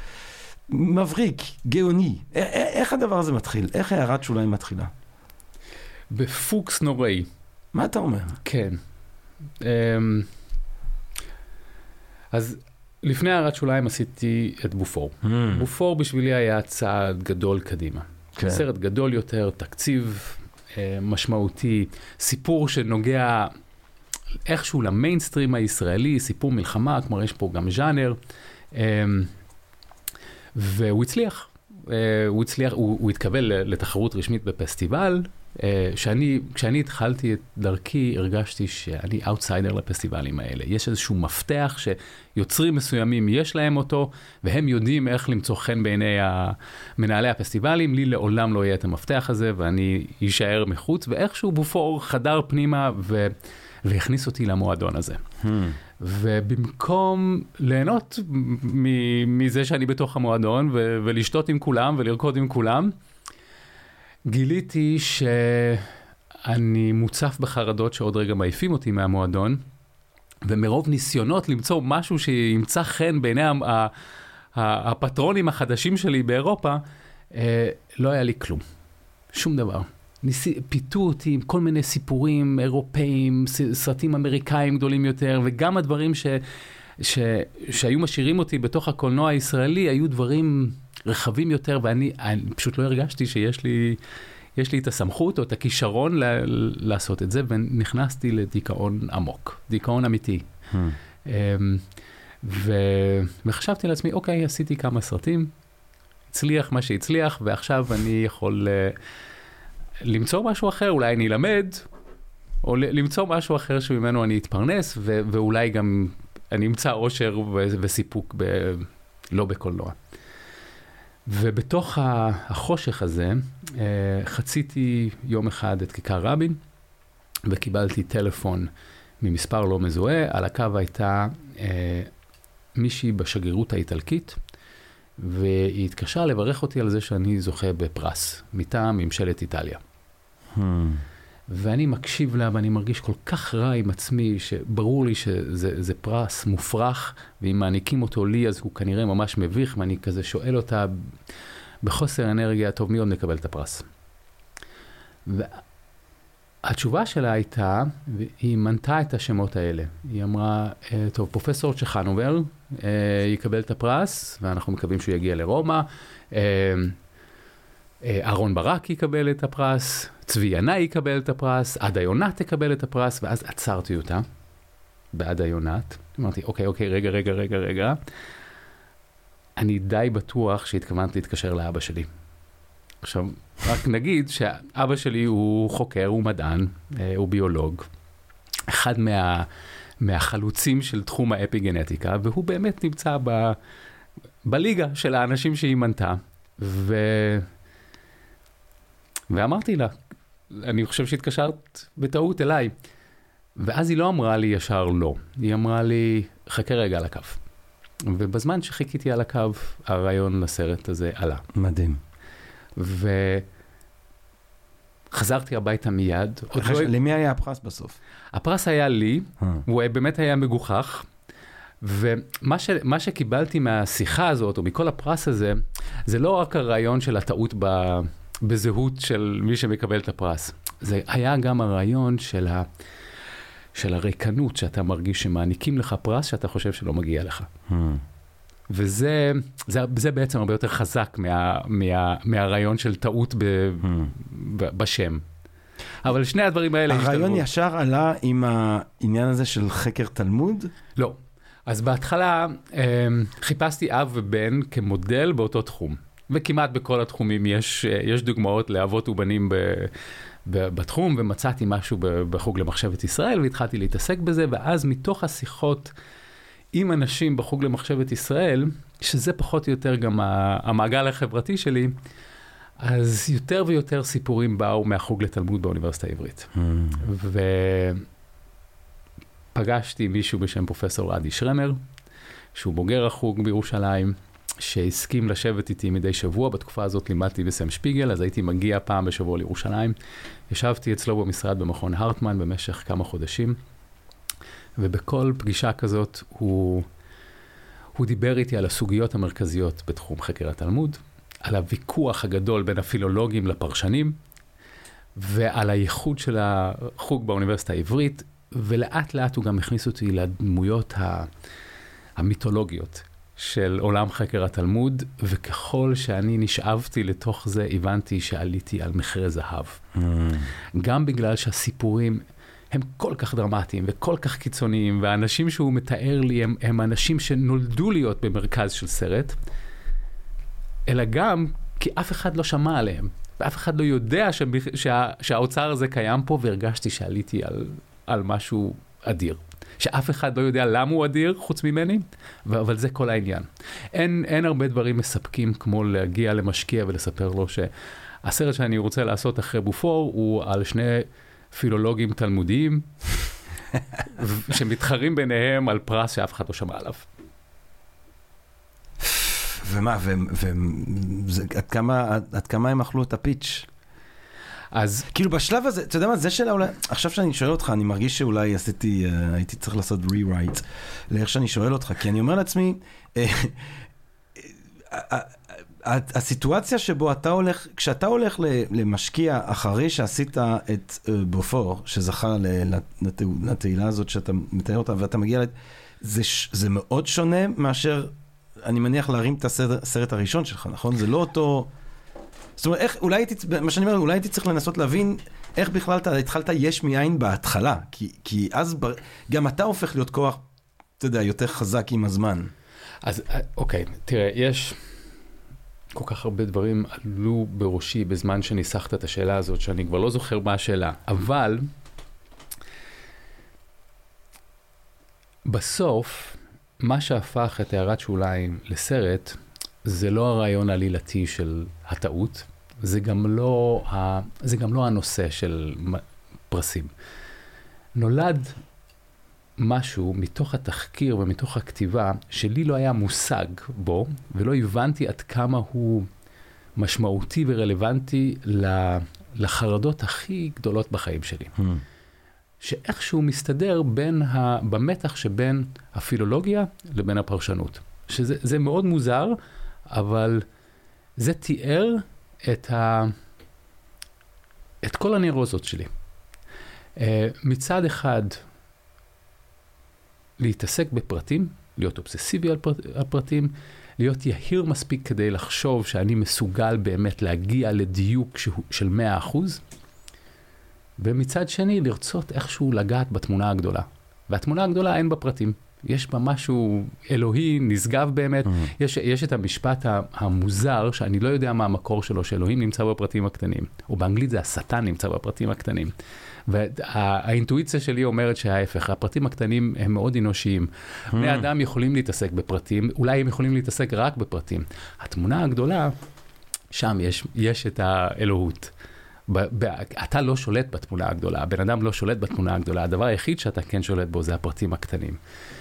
מבריק, גאוני. א- איך הדבר הזה מתחיל? איך הערת שוליים מתחילה? בפוקס נוראי. מה אתה אומר? כן. אז לפני הערת שוליים עשיתי את בופור. Hmm. בופור בשבילי היה צעד גדול קדימה. כן. סרט גדול יותר, תקציב אה, משמעותי, סיפור שנוגע איכשהו למיינסטרים הישראלי, סיפור מלחמה, כלומר יש פה גם ז'אנר, אה, והוא הצליח. אה, הוא הצליח, הוא, הוא התקבל לתחרות רשמית בפסטיבל, שאני, כשאני התחלתי את דרכי, הרגשתי שאני אאוטסיידר לפסטיבלים האלה. יש איזשהו מפתח שיוצרים מסוימים יש להם אותו, והם יודעים איך למצוא חן בעיני מנהלי הפסטיבלים. לי לעולם לא יהיה את המפתח הזה, ואני יישאר מחוץ, ואיכשהו בופור חדר פנימה ו... והכניס אותי למועדון הזה. Hmm. ובמקום ליהנות מזה שאני בתוך המועדון, ו... ולשתות עם כולם ולרקוד עם כולם, גיליתי שאני מוצף בחרדות שעוד רגע מעיפים אותי מהמועדון, ומרוב ניסיונות למצוא משהו שימצא חן בעיני הפטרונים החדשים שלי באירופה, לא היה לי כלום. שום דבר. ניסי, פיתו אותי עם כל מיני סיפורים אירופאים, סרטים אמריקאים גדולים יותר, וגם הדברים ש, ש, שהיו משאירים אותי בתוך הקולנוע הישראלי, היו דברים רחבים יותר, ואני אני פשוט לא הרגשתי שיש לי, יש לי את הסמכות או את הכישרון ל, לעשות את זה, ונכנסתי לדיכאון עמוק, דיכאון אמיתי. Hmm. ו, וחשבתי לעצמי, אוקיי, עשיתי כמה סרטים, הצליח מה שהצליח, ועכשיו אני יכול uh, למצוא משהו אחר, אולי אני אלמד, או למצוא משהו אחר שממנו אני אתפרנס, ו- ואולי גם אני אמצא אושר ו- וסיפוק ב- לא בקולנוע. ובתוך החושך הזה, uh, חציתי יום אחד את כיכר רבין, וקיבלתי טלפון ממספר לא מזוהה, על הקו הייתה uh, מישהי בשגרירות האיטלקית, והיא התקשרה לברך אותי על זה שאני זוכה בפרס, מטעם ממשלת איטליה. Hmm. ואני מקשיב לה, ואני מרגיש כל כך רע עם עצמי, שברור לי שזה זה פרס מופרך, ואם מעניקים אותו לי, אז הוא כנראה ממש מביך, ואני כזה שואל אותה בחוסר אנרגיה, טוב, מי עוד נקבל את הפרס? והתשובה שלה הייתה, היא מנתה את השמות האלה. היא אמרה, טוב, פרופסור צ'חנובר יקבל את הפרס, ואנחנו מקווים שהוא יגיע לרומא. אהרון ברק יקבל את הפרס, צבי ינאי יקבל את הפרס, עדה יונת תקבל את הפרס, ואז עצרתי אותה בעדה יונת. אמרתי, אוקיי, אוקיי, רגע, רגע, רגע, רגע. אני די בטוח שהתכוונת להתקשר לאבא שלי. עכשיו, רק נגיד שאבא שלי הוא חוקר, הוא מדען, הוא ביולוג, אחד מה, מהחלוצים של תחום האפיגנטיקה, והוא באמת נמצא ב, בליגה של האנשים שהיא מנתה. ו... ואמרתי לה, אני חושב שהתקשרת בטעות אליי. ואז היא לא אמרה לי ישר לא, היא אמרה לי, חכה רגע על הקו. ובזמן שחיכיתי על הקו, הרעיון לסרט הזה עלה. מדהים. וחזרתי הביתה מיד. למי היה הפרס בסוף? הפרס היה לי, הוא באמת היה מגוחך, ומה ש, מה שקיבלתי מהשיחה הזאת, או מכל הפרס הזה, זה לא רק הרעיון של הטעות ב, בזהות של מי שמקבל את הפרס. זה היה גם הרעיון של, ה, של הריקנות, שאתה מרגיש שמעניקים לך פרס, שאתה חושב שלא מגיע לך. וזה זה, זה בעצם הרבה יותר חזק מה, מה, מהרעיון של טעות ב, hmm. ב, בשם. אבל שני הדברים האלה השתלבו. הרעיון ישר עלה עם העניין הזה של חקר תלמוד? לא. אז בהתחלה אה, חיפשתי אב ובן כמודל באותו תחום. וכמעט בכל התחומים יש, יש דוגמאות לאבות ובנים ב, ב, בתחום, ומצאתי משהו בחוג למחשבת ישראל, והתחלתי להתעסק בזה, ואז מתוך השיחות עם אנשים בחוג למחשבת ישראל, שזה פחות או יותר גם המעגל החברתי שלי, אז יותר ויותר סיפורים באו מהחוג לתלמוד באוניברסיטה העברית. Mm. ופגשתי מישהו בשם פרופסור עדי שרמר, שהוא בוגר החוג בירושלים, שהסכים לשבת איתי מדי שבוע. בתקופה הזאת לימדתי בסם שפיגל, אז הייתי מגיע פעם בשבוע לירושלים. ישבתי אצלו במשרד במכון הרטמן במשך כמה חודשים, ובכל פגישה כזאת הוא, הוא דיבר איתי על הסוגיות המרכזיות בתחום חקר התלמוד, על הוויכוח הגדול בין הפילולוגים לפרשנים, ועל הייחוד של החוג באוניברסיטה העברית, ולאט לאט הוא גם הכניס אותי לדמויות המיתולוגיות של עולם חקר התלמוד, וככל שאני נשאבתי לתוך זה, הבנתי שעליתי על מכרה זהב. Mm. גם בגלל שהסיפורים הם כל כך דרמטיים וכל כך קיצוניים, והאנשים שהוא מתאר לי הם, הם אנשים שנולדו להיות במרכז של סרט, אלא גם כי אף אחד לא שמע עליהם, ואף אחד לא יודע שה, שה, שהאוצר הזה קיים פה, והרגשתי שעליתי על, על משהו אדיר. שאף אחד לא יודע למה הוא אדיר, חוץ ממני, אבל זה כל העניין. אין, אין הרבה דברים מספקים כמו להגיע למשקיע ולספר לו שהסרט שאני רוצה לעשות אחרי בופור, הוא על שני פילולוגים תלמודיים, שמתחרים ביניהם על פרס שאף אחד לא שמע עליו. ומה, ועד כמה, עד כמה הם אכלו את הפיץ'? אז כאילו בשלב הזה, אתה יודע מה, זה שאלה אולי, עכשיו שאני שואל אותך, אני מרגיש שאולי עשיתי, הייתי צריך לעשות rewrite לאיך שאני שואל אותך, כי אני אומר לעצמי, הסיטואציה שבו אתה הולך, כשאתה הולך למשקיע אחרי שעשית את בופור, שזכה לתהילה הזאת שאתה מתאר אותה, ואתה מגיע, זה, זה מאוד שונה מאשר, אני מניח, להרים את הסרט הראשון שלך, נכון? זה לא אותו... זאת אומרת, איך, אולי הייתי, מה שאני אומר, אולי הייתי צריך לנסות להבין איך בכלל אתה התחלת יש מאין בהתחלה, כי, כי אז בר, גם אתה הופך להיות כוח, אתה יודע, יותר חזק עם הזמן. אז, אוקיי, תראה, יש כל כך הרבה דברים עלו בראשי בזמן שניסחת את השאלה הזאת, שאני כבר לא זוכר מה השאלה, אבל בסוף, מה שהפך את הערת שוליים לסרט, זה לא הרעיון העלילתי של הטעות, זה גם לא, ה... זה גם לא הנושא של פרסים. נולד משהו מתוך התחקיר ומתוך הכתיבה, שלי לא היה מושג בו, ולא הבנתי עד כמה הוא משמעותי ורלוונטי לחרדות הכי גדולות בחיים שלי. Hmm. שאיכשהו מסתדר בין ה... במתח שבין הפילולוגיה לבין הפרשנות. שזה זה מאוד מוזר, אבל זה תיאר את, ה... את כל הנרוזות שלי. Uh, מצד אחד, להתעסק בפרטים, להיות אובססיבי על, פרט... על פרטים, להיות יהיר מספיק כדי לחשוב שאני מסוגל באמת להגיע לדיוק שהוא... של מאה אחוז, ומצד שני, לרצות איכשהו לגעת בתמונה הגדולה. והתמונה הגדולה אין בפרטים. יש בה משהו אלוהי, נשגב באמת. Mm-hmm. יש, יש את המשפט המוזר, שאני לא יודע מה המקור שלו, שאלוהים נמצא בפרטים הקטנים. או באנגלית זה השטן נמצא בפרטים הקטנים. והאינטואיציה שלי אומרת שההפך, הפרטים הקטנים הם מאוד אנושיים. Mm-hmm. בני אדם יכולים להתעסק בפרטים, אולי הם יכולים להתעסק רק בפרטים. התמונה הגדולה, שם יש, יש את האלוהות. ב- ב- אתה לא שולט בתמונה הגדולה, הבן אדם לא שולט בתמונה הגדולה, הדבר היחיד שאתה כן שולט בו זה הפרטים הקטנים.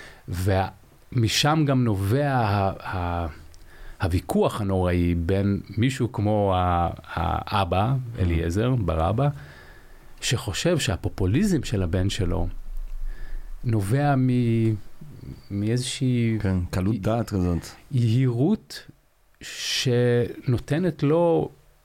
ומשם גם נובע ה- ה- הוויכוח הנוראי בין מישהו כמו ה- האבא, אליעזר, ברבא, שחושב שהפופוליזם של הבן שלו נובע מ- מאיזושהי... כן, קלות דעת כזאת. יהירות שנותנת לו...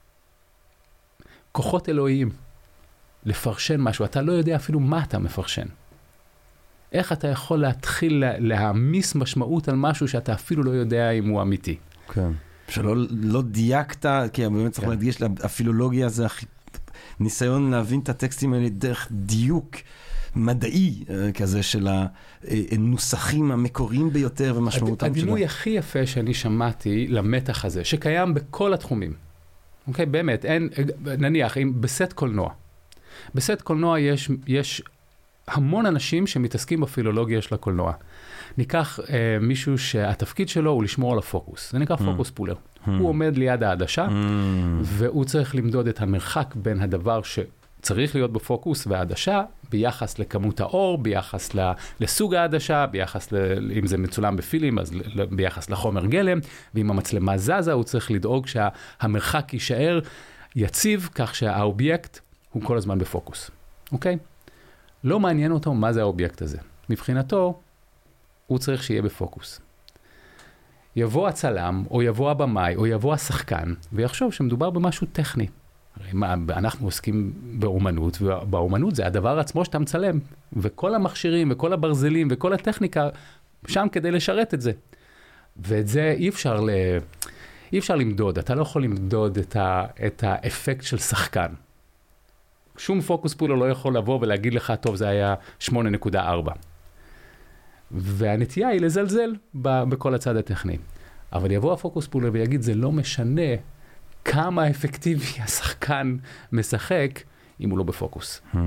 כוחות אלוהיים, לפרשן משהו, אתה לא יודע אפילו מה אתה מפרשן. איך אתה יכול להתחיל להעמיס משמעות על משהו שאתה אפילו לא יודע אם הוא אמיתי. כן. שלא לא דייקת, כי באמת צריך כן. להדגיש, הפילולוגיה זה הכי... ניסיון להבין את הטקסטים האלה דרך דיוק מדעי כזה של הנוסחים המקוריים ביותר ומשמעותם. הדימוי הכי יפה שאני שמעתי למתח הזה, שקיים בכל התחומים. אוקיי, באמת, אין, נניח, אם בסט קולנוע. בסט קולנוע יש, יש המון אנשים שמתעסקים בפילולוגיה של הקולנוע. ניקח אה, מישהו שהתפקיד שלו הוא לשמור על הפוקוס. זה נקרא פוקוס פולר. הוא עומד ליד העדשה, והוא צריך למדוד את המרחק בין הדבר שצריך להיות בפוקוס והעדשה, ביחס לכמות האור, ביחס לסוג העדשה, ביחס, ל, אם זה מצולם בפילים, אז ביחס לחומר גלם, ואם המצלמה זזה, הוא צריך לדאוג שהמרחק יישאר יציב, כך שהאובייקט הוא כל הזמן בפוקוס. אוקיי? לא מעניין אותו מה זה האובייקט הזה. מבחינתו, הוא צריך שיהיה בפוקוס. יבוא הצלם, או יבוא הבמאי, או יבוא השחקן, ויחשוב שמדובר במשהו טכני. הרי מה, אנחנו עוסקים באומנות, ובאומנות זה הדבר עצמו שאתה מצלם, וכל המכשירים, וכל הברזלים, וכל הטכניקה, שם כדי לשרת את זה. ואת זה אי אפשר, ל... אי אפשר למדוד, אתה לא יכול למדוד את, ה... את האפקט של שחקן. שום פוקוס פולר לא יכול לבוא ולהגיד לך, טוב, זה היה שמונה נקודה ארבע. והנטייה היא לזלזל ב... בכל הצד הטכני. אבל יבוא הפוקוס פולר ויגיד, זה לא משנה כמה אפקטיבי השחקן משחק, אם הוא לא בפוקוס. Hmm.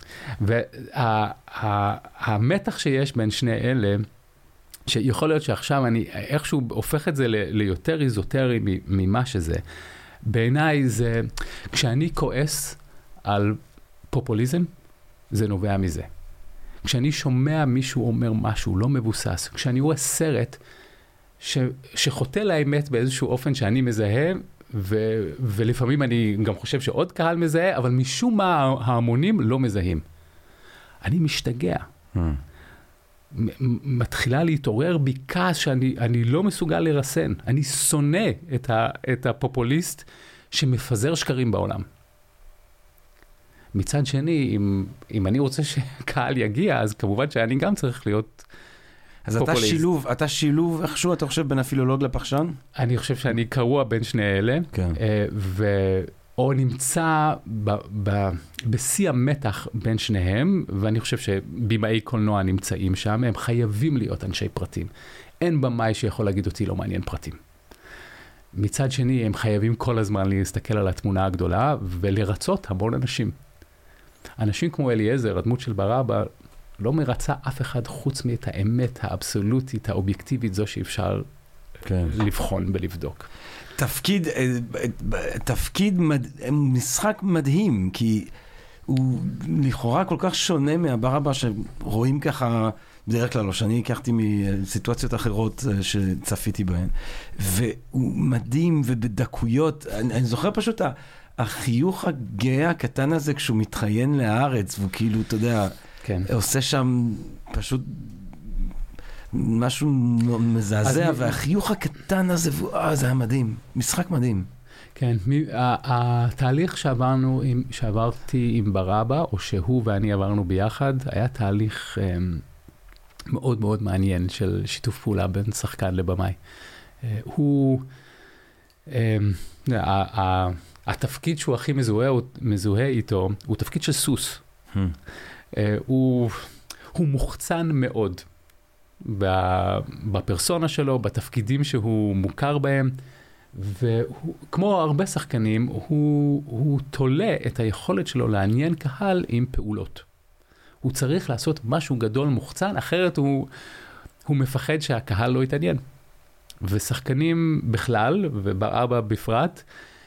והמתח שיש בין שני אלה, שיכול להיות שעכשיו אני איכשהו הופך את זה ליותר איזוטרי ממה שזה. בעיניי זה, כשאני כועס על פופוליזם, זה נובע מזה. כשאני שומע מישהו אומר משהו לא מבוסס, כשאני רואה סרט ש, שחוטא לאמת באיזשהו אופן שאני מזהה, ו, ולפעמים אני גם חושב שעוד קהל מזהה, אבל משום מה ההמונים לא מזהים. אני משתגע. Hmm. מתחילה להתעורר בי כעס שאני אני לא מסוגל לרסן. אני שונא את, ה, את הפופוליסט שמפזר שקרים בעולם. מצד שני, אם, אם אני רוצה שקהל יגיע, אז כמובן שאני גם צריך להיות אז פופוליסט. אתה שילוב, אתה שילוב, איכשהו אתה חושב בין הפילולוג לפרשן? אני חושב שאני קרוע בין שני אלה, כן. ו... או נמצא ב, ב, בשיא המתח בין שניהם, ואני חושב שבימאי קולנוע נמצאים שם, הם חייבים להיות אנשי פרטים. אין במאי שיכול להגיד אותי לא מעניין פרטים. מצד שני, הם חייבים כל הזמן להסתכל על התמונה הגדולה, ולרצות המון אנשים. אנשים כמו אליעזר, הדמות של ברבא, לא מרצה אף אחד חוץ מאת האמת האבסולוטית, האובייקטיבית, זו שאפשר כן. לבחון ולבדוק. תפקיד, תפקיד, מד... משחק מדהים, כי הוא לכאורה כל כך שונה מהברבא שרואים ככה, בדרך כלל לא, שאני לקחתי מסיטואציות אחרות שצפיתי בהן. והוא מדהים ובדקויות, אני, אני זוכר פשוט החיוך הגאה הקטן הזה כשהוא מתחיין לארץ, והוא כאילו, אתה יודע, כן. עושה שם פשוט משהו מזעזע, והחיוך הקטן הזה, אה, זה היה מדהים, משחק מדהים. כן, התהליך שעברנו, שעברתי עם ברבא, או שהוא ואני עברנו ביחד, היה תהליך מאוד מאוד מעניין של שיתוף פעולה בין שחקן לבמאי. הוא, התפקיד שהוא הכי מזוהה איתו, הוא תפקיד של סוס. הוא מוחצן מאוד. בפרסונה שלו, בתפקידים שהוא מוכר בהם, וכמו הרבה שחקנים, הוא, הוא תולה את היכולת שלו לעניין קהל עם פעולות. הוא צריך לעשות משהו גדול מוחצן, אחרת הוא, הוא מפחד שהקהל לא יתעניין. ושחקנים בכלל, וברבא בפרט,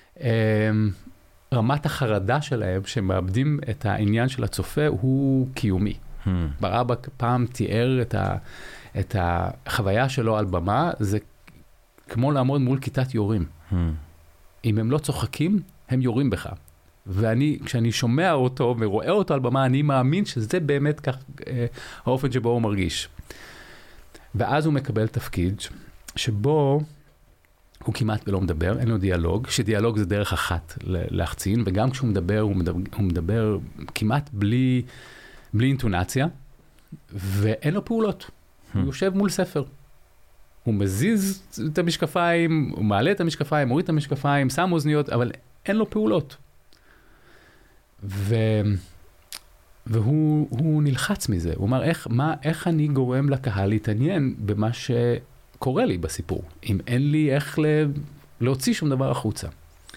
רמת החרדה שלהם, שמאבדים את העניין של הצופה, הוא קיומי. Hmm. ברבא פעם תיאר את ה... את החוויה שלו על במה, זה כמו לעמוד מול כיתת יורים. Hmm. אם הם לא צוחקים, הם יורים בך. ואני, כשאני שומע אותו ורואה אותו על במה, אני מאמין שזה באמת כך, אה, האופן שבו הוא מרגיש. ואז הוא מקבל תפקיד שבו הוא כמעט ולא מדבר, אין לו דיאלוג, שדיאלוג זה דרך אחת להחצין, וגם כשהוא מדבר, הוא מדבר, הוא מדבר כמעט בלי, בלי אינטונציה, ואין לו פעולות. הוא יושב מול ספר. הוא מזיז את המשקפיים, הוא מעלה את המשקפיים, מוריד את המשקפיים, שם אוזניות, אבל אין לו פעולות. ו... והוא הוא נלחץ מזה. הוא אומר, איך, מה, איך אני גורם לקהל להתעניין במה שקורה לי בסיפור, אם אין לי איך ל... להוציא שום דבר החוצה.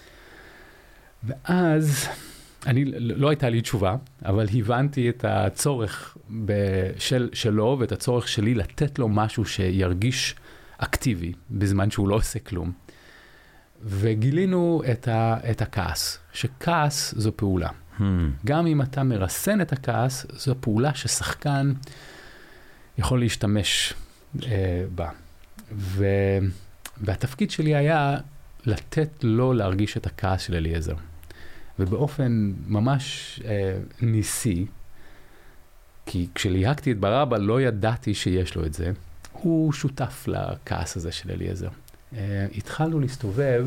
ואז... אני, לא הייתה לי תשובה, אבל הבנתי את הצורך בשל, שלו ואת הצורך שלי לתת לו משהו שירגיש אקטיבי בזמן שהוא לא עושה כלום. וגילינו את, ה, את הכעס, שכעס זו פעולה. Hmm. גם אם אתה מרסן את הכעס, זו פעולה ששחקן יכול להשתמש אה, בה. ו, והתפקיד שלי היה לתת לו להרגיש את הכעס של אליעזר. ובאופן ממש אה, ניסי, כי כשליהקתי את ברבא לא ידעתי שיש לו את זה, הוא שותף לכעס הזה של אליעזר. אה, התחלנו להסתובב,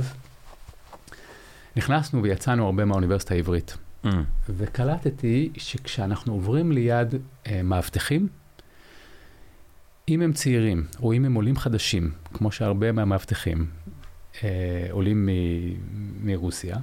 נכנסנו ויצאנו הרבה מהאוניברסיטה העברית, mm. וקלטתי שכשאנחנו עוברים ליד אה, מאבטחים, אם הם צעירים או אם הם עולים חדשים, כמו שהרבה מהמאבטחים אה, עולים מ- מרוסיה,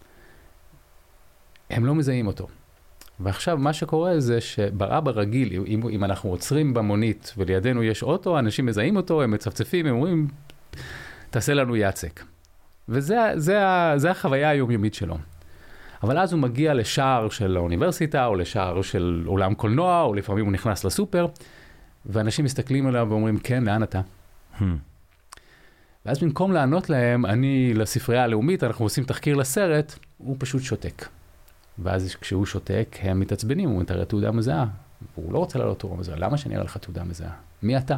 הם לא מזהים אותו. ועכשיו מה שקורה זה שברבא רגיל, אם, אם אנחנו עוצרים במונית ולידינו יש אוטו, אנשים מזהים אותו, הם מצפצפים, הם אומרים, תעשה לנו יצק. וזה זה, זה החוויה היומיומית שלו. אבל אז הוא מגיע לשער של האוניברסיטה, או לשער של עולם קולנוע, או לפעמים הוא נכנס לסופר, ואנשים מסתכלים עליו ואומרים, כן, לאן אתה? Hmm. ואז במקום לענות להם, אני לספרייה הלאומית, אנחנו עושים תחקיר לסרט, הוא פשוט שותק. ואז כשהוא שותק, הם מתעצבנים, הוא מתאר תעודה מזהה. הוא לא רוצה לעלות תעודה מזהה. למה שאני אראה לך תעודה מזהה? מי אתה?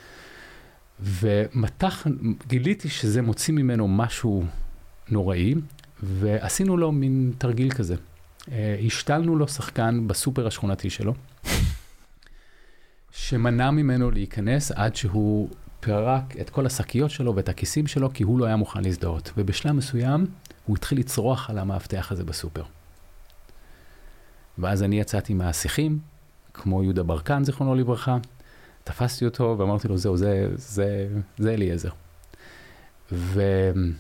ומתח, גיליתי שזה מוציא ממנו משהו נוראי, ועשינו לו מין תרגיל כזה. השתלנו לו שחקן בסופר השכונתי שלו, שמנע ממנו להיכנס עד שהוא פרק את כל השקיות שלו ואת הכיסים שלו, כי הוא לא היה מוכן להזדהות. ובשלב מסוים הוא התחיל לצרוח על המאבטח הזה בסופר. ואז אני יצאתי מהשיחים, כמו יהודה ברקן, זיכרונו לברכה, תפסתי אותו ואמרתי לו, זהו, זה, זה, זה אליעזר. וזה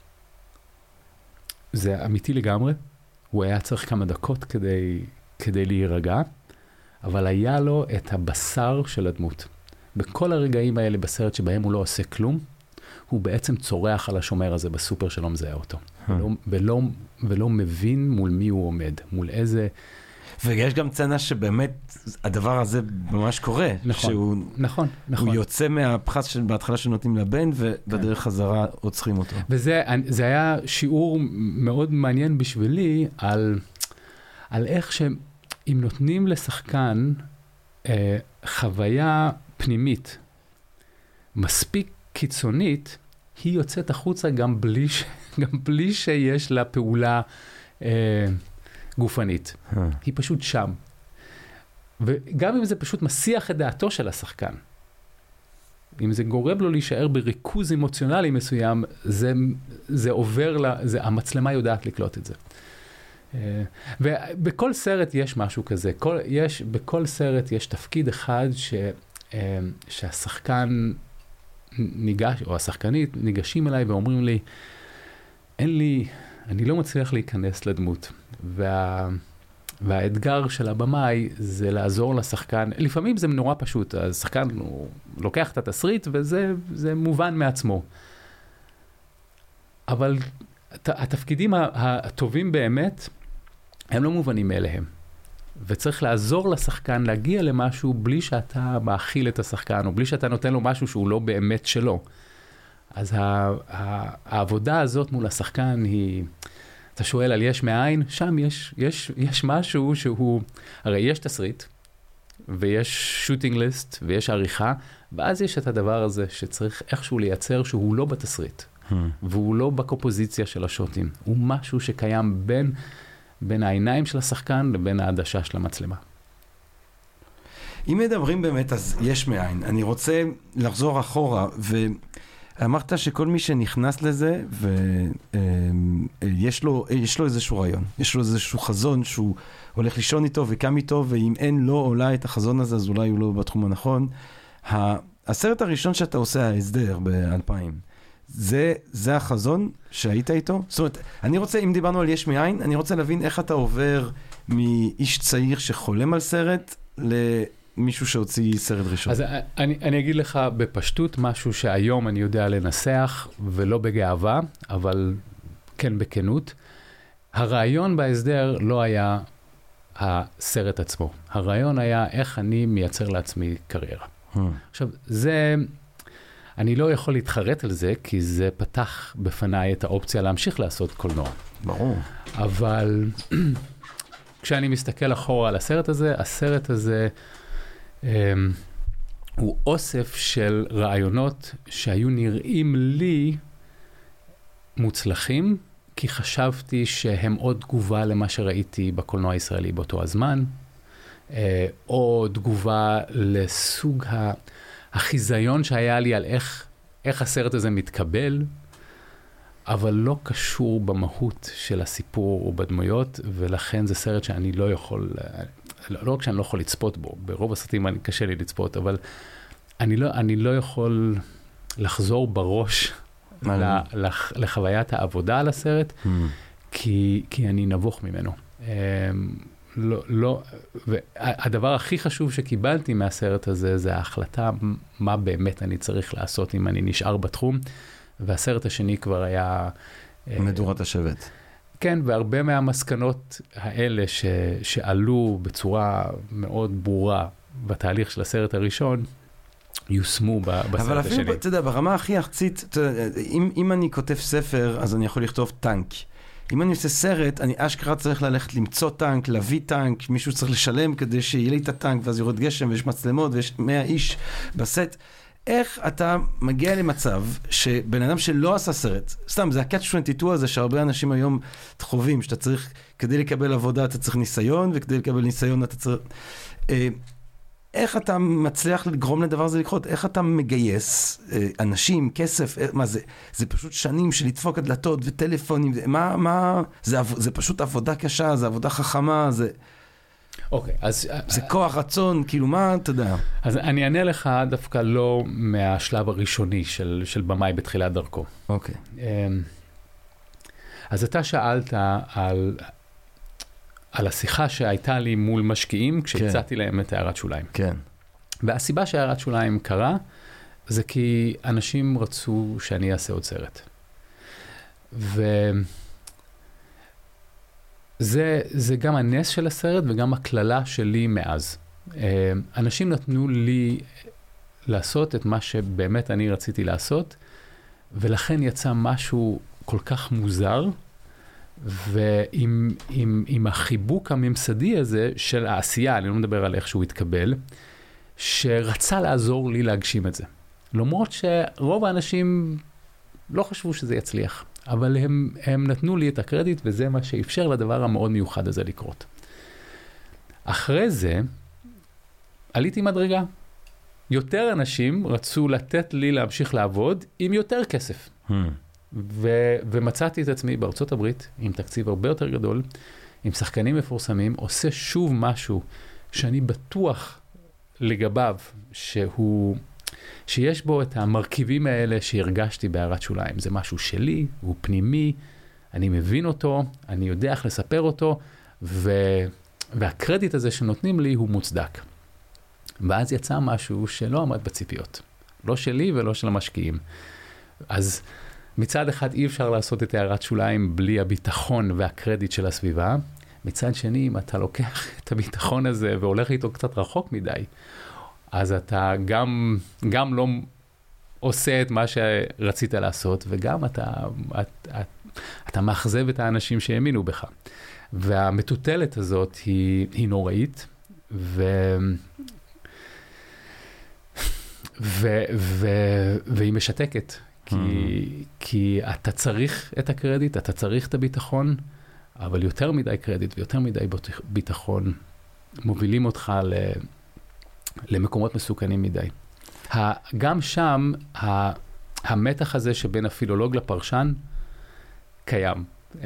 אמיתי לגמרי, הוא היה צריך כמה דקות כדי, כדי להירגע, אבל היה לו את הבשר של הדמות. בכל הרגעים האלה בסרט שבהם הוא לא עושה כלום, הוא בעצם צורח על השומר הזה בסופר שלא מזהה אותו. ולא, ולא, ולא מבין מול מי הוא עומד, מול איזה... ויש גם צנה שבאמת הדבר הזה ממש קורה. נכון, שהוא, נכון, נכון. הוא יוצא מהפחס שבהתחלה שנותנים לבן, ובדרך חזרה עוצרים אותו. וזה זה היה שיעור מאוד מעניין בשבילי, על, על איך שאם נותנים לשחקן אה, חוויה פנימית, מספיק קיצונית, היא יוצאת החוצה גם בלי, ש, גם בלי שיש לה פעולה אה, גופנית. היא פשוט שם. וגם אם זה פשוט מסיח את דעתו של השחקן, אם זה גורם לו להישאר בריכוז אמוציונלי מסוים, זה, זה עובר, לה, זה, המצלמה יודעת לקלוט את זה. ובכל סרט יש משהו כזה. כל, יש, בכל סרט יש תפקיד אחד ש, שהשחקן ניגש, או השחקנית ניגשים אליי ואומרים לי, אין לי, אני לא מצליח להיכנס לדמות. וה, והאתגר של הבמאי זה לעזור לשחקן, לפעמים זה נורא פשוט, השחקן הוא לוקח את התסריט וזה זה מובן מעצמו. אבל התפקידים הטובים באמת, הם לא מובנים מאליהם. וצריך לעזור לשחקן להגיע למשהו בלי שאתה מאכיל את השחקן, או בלי שאתה נותן לו משהו שהוא לא באמת שלו. אז העבודה הזאת מול השחקן היא... אתה שואל על יש מאין, שם יש, יש, יש משהו שהוא, הרי יש תסריט, ויש שוטינג ליסט, ויש עריכה, ואז יש את הדבר הזה שצריך איכשהו לייצר שהוא לא בתסריט, hmm. והוא לא בקופוזיציה של השוטים. הוא משהו שקיים בין, בין העיניים של השחקן לבין העדשה של המצלמה. אם מדברים באמת, אז יש מאין. אני רוצה לחזור אחורה, ו... אמרת שכל מי שנכנס לזה, ויש לו, יש לו איזשהו רעיון, יש לו איזשהו חזון שהוא הולך לישון איתו וקם איתו, ואם אין לו עולה את החזון הזה, אז אולי הוא לא בתחום הנכון. הסרט הראשון שאתה עושה, ההסדר ב-אלפיים, זה, זה החזון שהיית איתו? זאת אומרת, אני רוצה, אם דיברנו על יש מאין, אני רוצה להבין איך אתה עובר מאיש צעיר שחולם על סרט, ל... מישהו שהוציא סרט ראשון. אז אני, אני אגיד לך בפשטות משהו שהיום אני יודע לנסח, ולא בגאווה, אבל כן בכנות. הרעיון בהסדר לא היה הסרט עצמו. הרעיון היה איך אני מייצר לעצמי קריירה. Hmm. עכשיו, זה, אני לא יכול להתחרט על זה, כי זה פתח בפניי את האופציה להמשיך לעשות קולנוע. ברור. אבל כשאני מסתכל אחורה על הסרט הזה, הסרט הזה... Um, הוא אוסף של רעיונות שהיו נראים לי מוצלחים, כי חשבתי שהם עוד תגובה למה שראיתי בקולנוע הישראלי באותו הזמן, uh, או תגובה לסוג החיזיון שהיה לי על איך, איך הסרט הזה מתקבל, אבל לא קשור במהות של הסיפור ובדמויות, ולכן זה סרט שאני לא יכול... לא, לא רק שאני לא יכול לצפות בו, ברוב הסרטים אני קשה לי לצפות, אבל אני לא, אני לא יכול לחזור בראש לח, לחוויית העבודה על הסרט, hmm. כי, כי אני נבוך ממנו. לא, לא, והדבר הכי חשוב שקיבלתי מהסרט הזה, זה ההחלטה מה באמת אני צריך לעשות אם אני נשאר בתחום, והסרט השני כבר היה... מדורת השבט. כן, והרבה מהמסקנות האלה ש, שעלו בצורה מאוד ברורה בתהליך של הסרט הראשון, יושמו בסרט השני. אבל אפילו, אתה יודע, ברמה הכי ארצית, אם, אם אני כותב ספר, אז אני יכול לכתוב טנק. אם אני עושה סרט, אני אשכרה צריך ללכת למצוא טנק, להביא טנק, מישהו צריך לשלם כדי שיהיה לי את הטנק, ואז יורד גשם ויש מצלמות ויש מאה איש בסט. איך אתה מגיע למצב שבן אדם שלא עשה סרט, סתם, זה ה-קאץ' עשרים ושתיים הזה שהרבה אנשים היום חווים, שאתה צריך, כדי לקבל עבודה אתה צריך ניסיון, וכדי לקבל ניסיון אתה צריך... איך אתה מצליח לגרום לדבר הזה לקרות? איך אתה מגייס אנשים, כסף? מה זה? זה פשוט שנים של לדפוק הדלתות וטלפונים. מה, מה? זה, זה פשוט עבודה קשה, זה עבודה חכמה, זה... אוקיי, אז... זה כוח רצון, כאילו מה, אתה יודע? אז אני אענה לך דווקא לא מהשלב הראשוני של, של במאי בתחילת דרכו. אוקיי. אז אתה שאלת על... על השיחה שהייתה לי מול משקיעים, כשהצעתי להם את הערת שוליים. כן. והסיבה שהערת שוליים קרה, זה כי אנשים רצו שאני אעשה עוד סרט. וזה זה גם הנס של הסרט, וגם הכללה שלי מאז. אנשים נתנו לי לעשות את מה שבאמת אני רציתי לעשות, ולכן יצא משהו כל כך מוזר, ועם עם, עם החיבוק הממסדי הזה של העשייה, אני לא מדבר על איך שהוא התקבל, שרצה לעזור לי להגשים את זה. למרות שרוב האנשים לא חשבו שזה יצליח, אבל הם, הם נתנו לי את הקרדיט, וזה מה שאפשר לדבר המאוד מיוחד הזה לקרות. אחרי זה, עליתי מדרגה. יותר אנשים רצו לתת לי להמשיך לעבוד עם יותר כסף. Hmm. ו- ומצאתי את עצמי בארצות הברית, עם תקציב הרבה יותר גדול, עם שחקנים מפורסמים, עושה שוב משהו שאני בטוח לגביו, שהוא, שיש בו את המרכיבים האלה שהרגשתי בהערת שוליים. זה משהו שלי, הוא פנימי, אני מבין אותו, אני יודע איך לספר אותו, ו- והקרדיט הזה שנותנים לי הוא מוצדק. ואז יצא משהו שלא עמד בציפיות. לא שלי ולא של המשקיעים. אז מצד אחד אי אפשר לעשות את הערת שוליים בלי הביטחון והקרדיט של הסביבה. מצד שני, אם אתה לוקח את הביטחון הזה והולך איתו קצת רחוק מדי, אז אתה גם, גם לא עושה את מה שרצית לעשות, וגם אתה, את, את, אתה מאכזב את האנשים שהאמינו בך. והמטוטלת הזאת היא, היא נוראית, ו... ו... ו... והיא משתקת. כי, mm-hmm. כי אתה צריך את הקרדיט, אתה צריך את הביטחון, אבל יותר מדי קרדיט ויותר מדי ביטחון מובילים אותך ל, למקומות מסוכנים מדי. גם שם, המתח הזה שבין הפילולוג לפרשן קיים.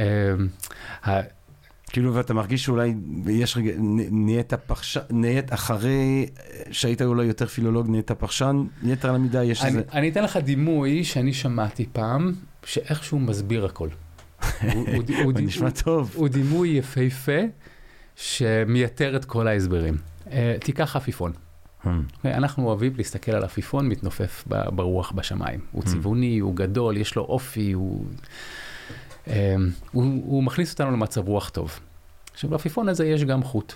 כאילו, ואתה מרגיש שאולי יש רגע, נהיית פרשן, נהיית אחרי שהיית אולי יותר פילולוג, נהיית פרשן, יתר על המידה יש אני, איזה... אני אתן לך דימוי שאני שמעתי פעם, שאיכשהו מסביר הכל. הוא, הוא, הוא, נשמע טוב. הוא דימוי יפהפה, שמייתר את כל ההסברים. Uh, תיקח עפיפון. Hmm. Okay, אנחנו אוהבים להסתכל על עפיפון, מתנופף ברוח בשמיים. הוא צבעוני, hmm. הוא גדול, יש לו אופי, הוא... Um, הוא, הוא מכניס אותנו למצב רוח טוב. עכשיו, לעפיפון הזה יש גם חוט.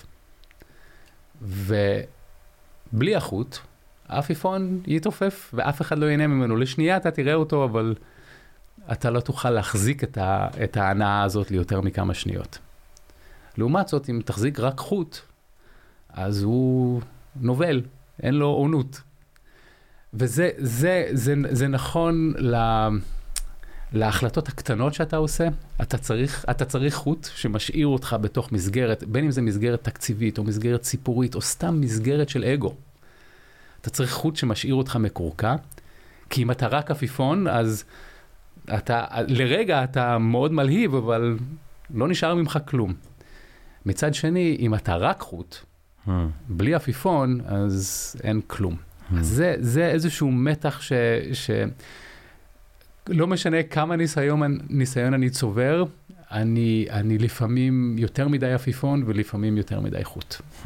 ובלי החוט, העפיפון יתעופף, ואף אחד לא ייהנה ממנו. לשנייה אתה תראה אותו, אבל אתה לא תוכל להחזיק את, ה, את ההנאה הזאת ליותר מכמה שניות. לעומת זאת, אם תחזיק רק חוט, אז הוא נובל, אין לו עונות. וזה זה, זה, זה נכון ל... להחלטות הקטנות שאתה עושה, אתה צריך, אתה צריך חוט שמשאיר אותך בתוך מסגרת, בין אם זה מסגרת תקציבית, או מסגרת סיפורית, או סתם מסגרת של אגו. אתה צריך חוט שמשאיר אותך מקורקע, כי אם אתה רק עפיפון, אז אתה, לרגע אתה מאוד מלהיב, אבל לא נשאר ממך כלום. מצד שני, אם אתה רק חוט, hmm. בלי עפיפון, אז אין כלום. Hmm. אז זה, זה איזשהו מתח ש... ש לא משנה כמה ניסיון, ניסיון אני צובר, אני, אני לפעמים יותר מדי עפיפון ולפעמים יותר מדי חוט. Hmm.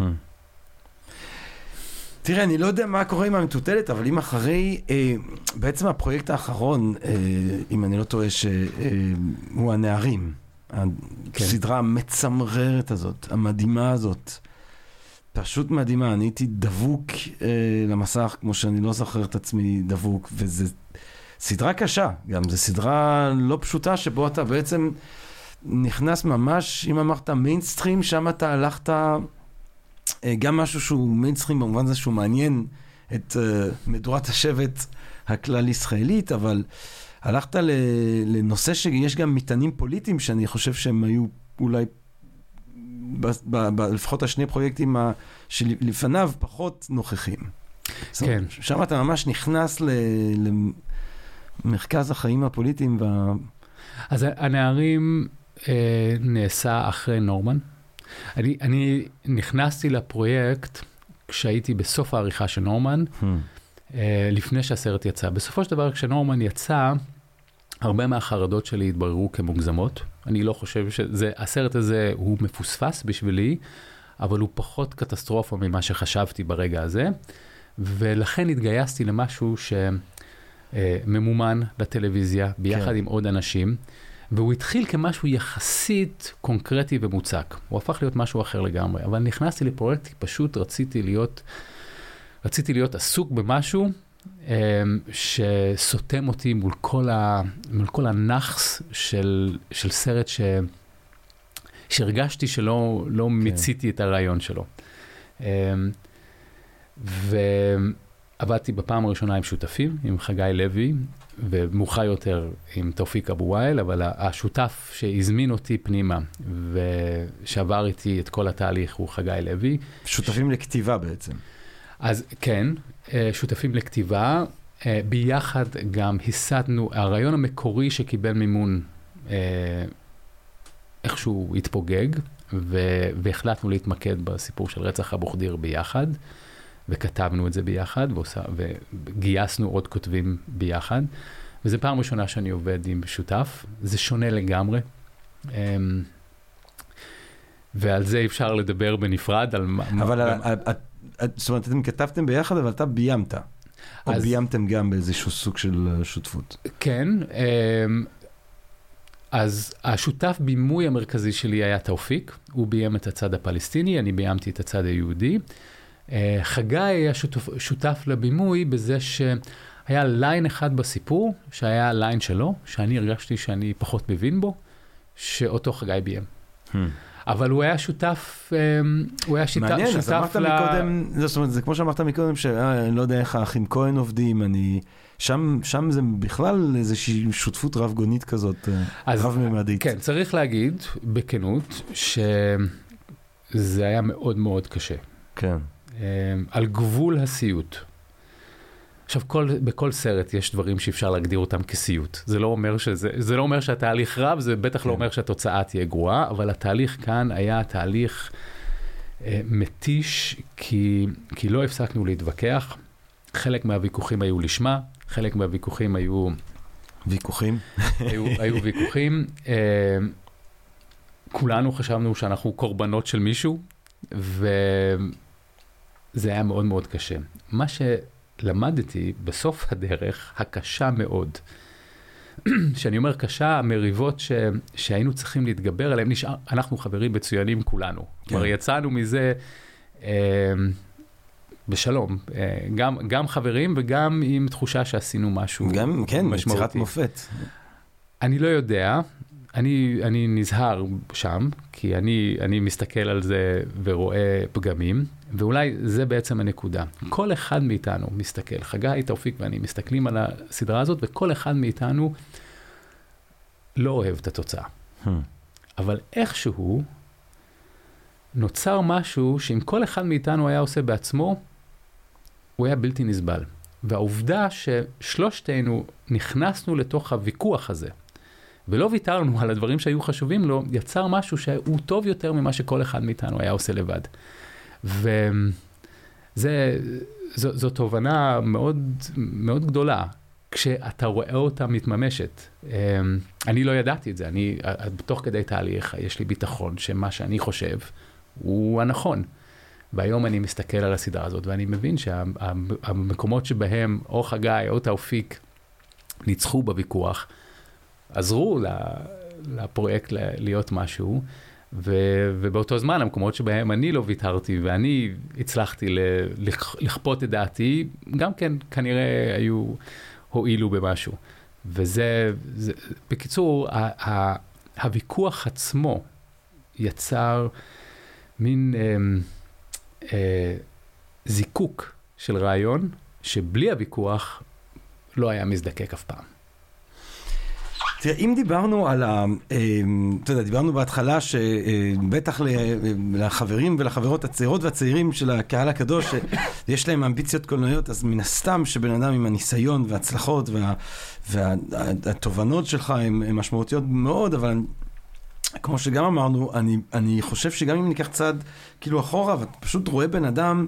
תראה, אני לא יודע מה קורה עם המטוטלת, אבל אם אחרי, אה, בעצם הפרויקט האחרון, אה, אם אני לא טועה, שהוא אה, הנערים, הסדרה המצמררת הזאת, המדהימה הזאת, פשוט מדהימה, אני הייתי דבוק אה, למסך, כמו שאני לא זוכר את עצמי דבוק, וזה... סדרה קשה, גם זו סדרה לא פשוטה, שבו אתה בעצם נכנס ממש, אם אמרת מיינסטרים, שם אתה הלכת גם משהו שהוא מיינסטרים, במובן זה שהוא מעניין את uh, מדורת השבט הכלל ישראלית, אבל הלכת לנושא שיש גם מטענים פוליטיים, שאני חושב שהם היו אולי לפחות השני פרויקטים שלפניו פחות נוכחים. כן. שם אתה ממש נכנס למרכז החיים הפוליטיים. אז הנערים נעשה אחרי נורמן. אני, אני נכנסתי לפרויקט כשהייתי בסוף העריכה של נורמן, לפני שהסרט יצא. בסופו של דבר, כשנורמן יצא, הרבה מהחרדות שלי התבררו כמוגזמות. אני לא חושב שזה, הסרט הזה הוא מפוספס בשבילי, אבל הוא פחות קטסטרופה ממה שחשבתי ברגע הזה, ולכן התגייסתי למשהו שממומן לטלוויזיה, ביחד כן. עם עוד אנשים, והוא התחיל כמשהו יחסית קונקרטי ומוצק. הוא הפך להיות משהו אחר לגמרי, אבל נכנסתי לפרויקט, פשוט רציתי להיות, רציתי להיות עסוק במשהו, שסותם אותי מול כל, ה, מול כל הנחס של, של סרט ש, שהרגשתי שלא לא כן. מיציתי את הרעיון שלו. ועבדתי בפעם הראשונה עם שותפים, עם חגי לוי, ומאוחר יותר עם תאופיק אבו וייל, אבל השותף שהזמין אותי פנימה, ושעבר איתי את כל התהליך, הוא חגי לוי. שותפים ש... לכתיבה בעצם. אז כן, שותפים לכתיבה, ביחד גם הסדנו, הרעיון המקורי שקיבל מימון איכשהו התפוגג, והחלטנו להתמקד בסיפור של רצח אבו ח'דיר ביחד, וכתבנו את זה ביחד, וגייסנו עוד כותבים ביחד, וזו פעם ראשונה שאני עובד עם שותף, זה שונה לגמרי, ועל זה אפשר לדבר בנפרד. אבל זאת אומרת, אתם כתבתם ביחד, אבל אתה ביימת, או ביימתם גם באיזשהו סוג של שותפות. כן, אז השותף בימוי המרכזי שלי היה תאופיק, הוא ביים את הצד הפלסטיני, אני ביימתי את הצד היהודי. חגי היה שותף, שותף לבימוי בזה שהיה ליין אחד בסיפור, שהיה ליין שלו, שאני הרגשתי שאני פחות מבין בו, שאותו חגי ביים. Hmm. אבל הוא היה שותף, הוא היה שיטה, מעניין, שותף אז אמרת ל... מקודם, זאת אומרת, זה כמו שאמרת מקודם, שאני לא יודע איך האחים כהן עובדים, אני... שם, שם זה בכלל איזושהי שותפות רב גונית כזאת, אז, רב ממדית. כן, צריך להגיד בכנות שזה היה מאוד מאוד קשה. כן. על גבול הסיוט. עכשיו, כל, בכל סרט יש דברים שאפשר להגדיר אותם כסיוט. זה לא אומר שזה, זה לא אומר שהתהליך רב, זה בטח כן. לא אומר שהתוצאה תהיה גרועה, אבל התהליך כאן היה תהליך אה, מתיש, כי, כי לא הפסקנו להתווכח. חלק מהוויכוחים היו לשמה, חלק מהוויכוחים היו... ויכוחים? היו, היו ויכוחים. אה, כולנו חשבנו שאנחנו קורבנות של מישהו, וזה היה מאוד מאוד קשה. מה שלמדתי בסוף הדרך, הקשה מאוד, שאני אומר קשה, המריבות ש... שהיינו צריכים להתגבר עליהם, נשאר, אנחנו חברים מצוינים כולנו. כן. כבר יצאנו מזה... אה, בשלום, גם, גם חברים וגם עם תחושה שעשינו משהו גם, כן, משמעותי. יצירת מופת. אני לא יודע, אני, אני נזהר שם, כי אני, אני מסתכל על זה ורואה פגמים, ואולי זה בעצם הנקודה. כל אחד מאיתנו מסתכל, חגי, תאופיק ואני מסתכלים על הסדרה הזאת, וכל אחד מאיתנו לא אוהב את התוצאה. Hmm. אבל איכשהו נוצר משהו שאם כל אחד מאיתנו היה עושה בעצמו, הוא היה בלתי נסבל. והעובדה ששלושתנו נכנסנו לתוך הוויכוח הזה, ולא ויתרנו על הדברים שהיו חשובים לו, יצר משהו שהוא טוב יותר ממה שכל אחד מאיתנו היה עושה לבד. וזה, זו, זו תובנה מאוד, מאוד גדולה, כשאתה רואה אותה מתממשת. אני לא ידעתי את זה, אני, בתוך כדי תהליך, יש לי ביטחון שמה שאני חושב הוא הנכון. והיום אני מסתכל על הסדרה הזאת, ואני מבין שהמקומות שבהם או חגי או תאופיק ניצחו בוויכוח, עזרו לפרויקט להיות משהו, ובאותו זמן המקומות שבהם אני לא ויתרתי, ואני הצלחתי לכפות את דעתי, גם כן כנראה היו, הועילו במשהו. וזה, זה, בקיצור, הוויכוח עצמו יצר מין אה, אה, זיקוק של רעיון, שבלי הוויכוח לא היה מזדקק אף פעם. תראה, אם דיברנו על ה... אתה יודע, דיברנו בהתחלה שבטח לחברים ולחברות הצעירות והצעירים של הקהל הקדוש, שיש להם אמביציות קולנועיות, אז מן הסתם שבן אדם עם הניסיון וההצלחות והתובנות שלך הן משמעותיות מאוד, אבל כמו שגם אמרנו, אני, אני חושב שגם אם ניקח צעד כאילו אחורה, ואתה פשוט רואה בן אדם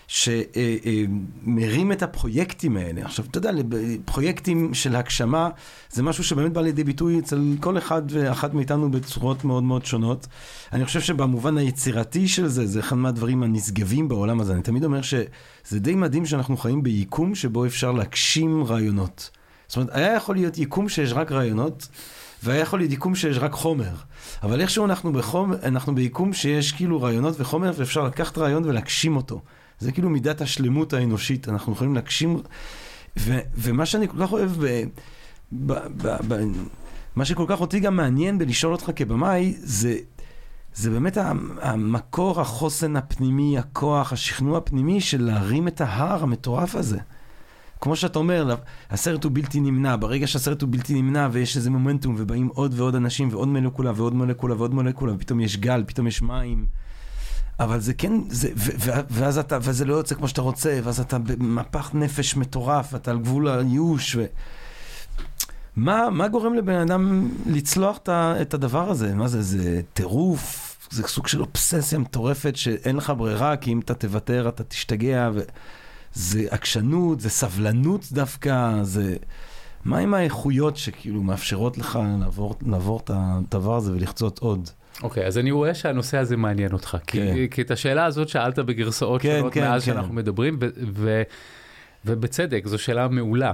שמרים את הפרויקטים האלה. עכשיו, אתה יודע, פרויקטים של הגשמה, זה משהו שבאמת בא לידי ביטוי אצל כל אחד ואחת מאיתנו בצורות מאוד מאוד שונות. אני חושב שבמובן היצירתי של זה, זה אחד מהדברים הנשגבים בעולם הזה. אני תמיד אומר שזה די מדהים שאנחנו חיים ביקום שבו אפשר להגשים רעיונות. זאת אומרת, היה יכול להיות יקום שיש רק רעיונות, והיה יכול להיות יקום שיש רק חומר. אבל איכשהו אנחנו בחומר, אנחנו ביקום שיש כאילו רעיונות וחומר, ואפשר לקחת רעיון ולהגשים אותו. זה כאילו מידת השלמות האנושית. אנחנו יכולים להגשים... ו- ומה שאני כל כך אוהב ב... ב- ב- ב- מה שכל כך אותי גם מעניין בלשאול אותך כבמאי, זה, זה באמת המקור, החוסן הפנימי, הכוח, השכנוע הפנימי של להרים את ההר המטורף הזה. כמו שאתה אומר, הסרט הוא בלתי נמנע, ברגע שהסרט הוא בלתי נמנע ויש איזה מומנטום ובאים עוד ועוד אנשים ועוד מולקולה ועוד מולקולה ועוד מולקולה ופתאום יש גל, פתאום יש מים, אבל זה כן, זה, ו, ו, ואז אתה, וזה לא יוצא כמו שאתה רוצה, ואז אתה במפח נפש מטורף, אתה על גבול הייאוש, ו... מה, מה גורם לבן אדם לצלוח את הדבר הזה? מה זה, זה טירוף, זה סוג של אובססיה מטורפת שאין לך ברירה, כי אם אתה תוותר אתה תשתגע, ו... זה עקשנות, זה סבלנות דווקא, זה... מה עם האיכויות שכאילו מאפשרות לך לעבור, לעבור את הדבר הזה ולחצות עוד? אוקיי, okay, אז אני רואה שהנושא הזה מעניין אותך, כי, okay. כי את השאלה הזאת שאלת בגרסאות okay, שונות okay, מאז okay. שאנחנו מדברים, ו, ו, ובצדק, זו שאלה מעולה.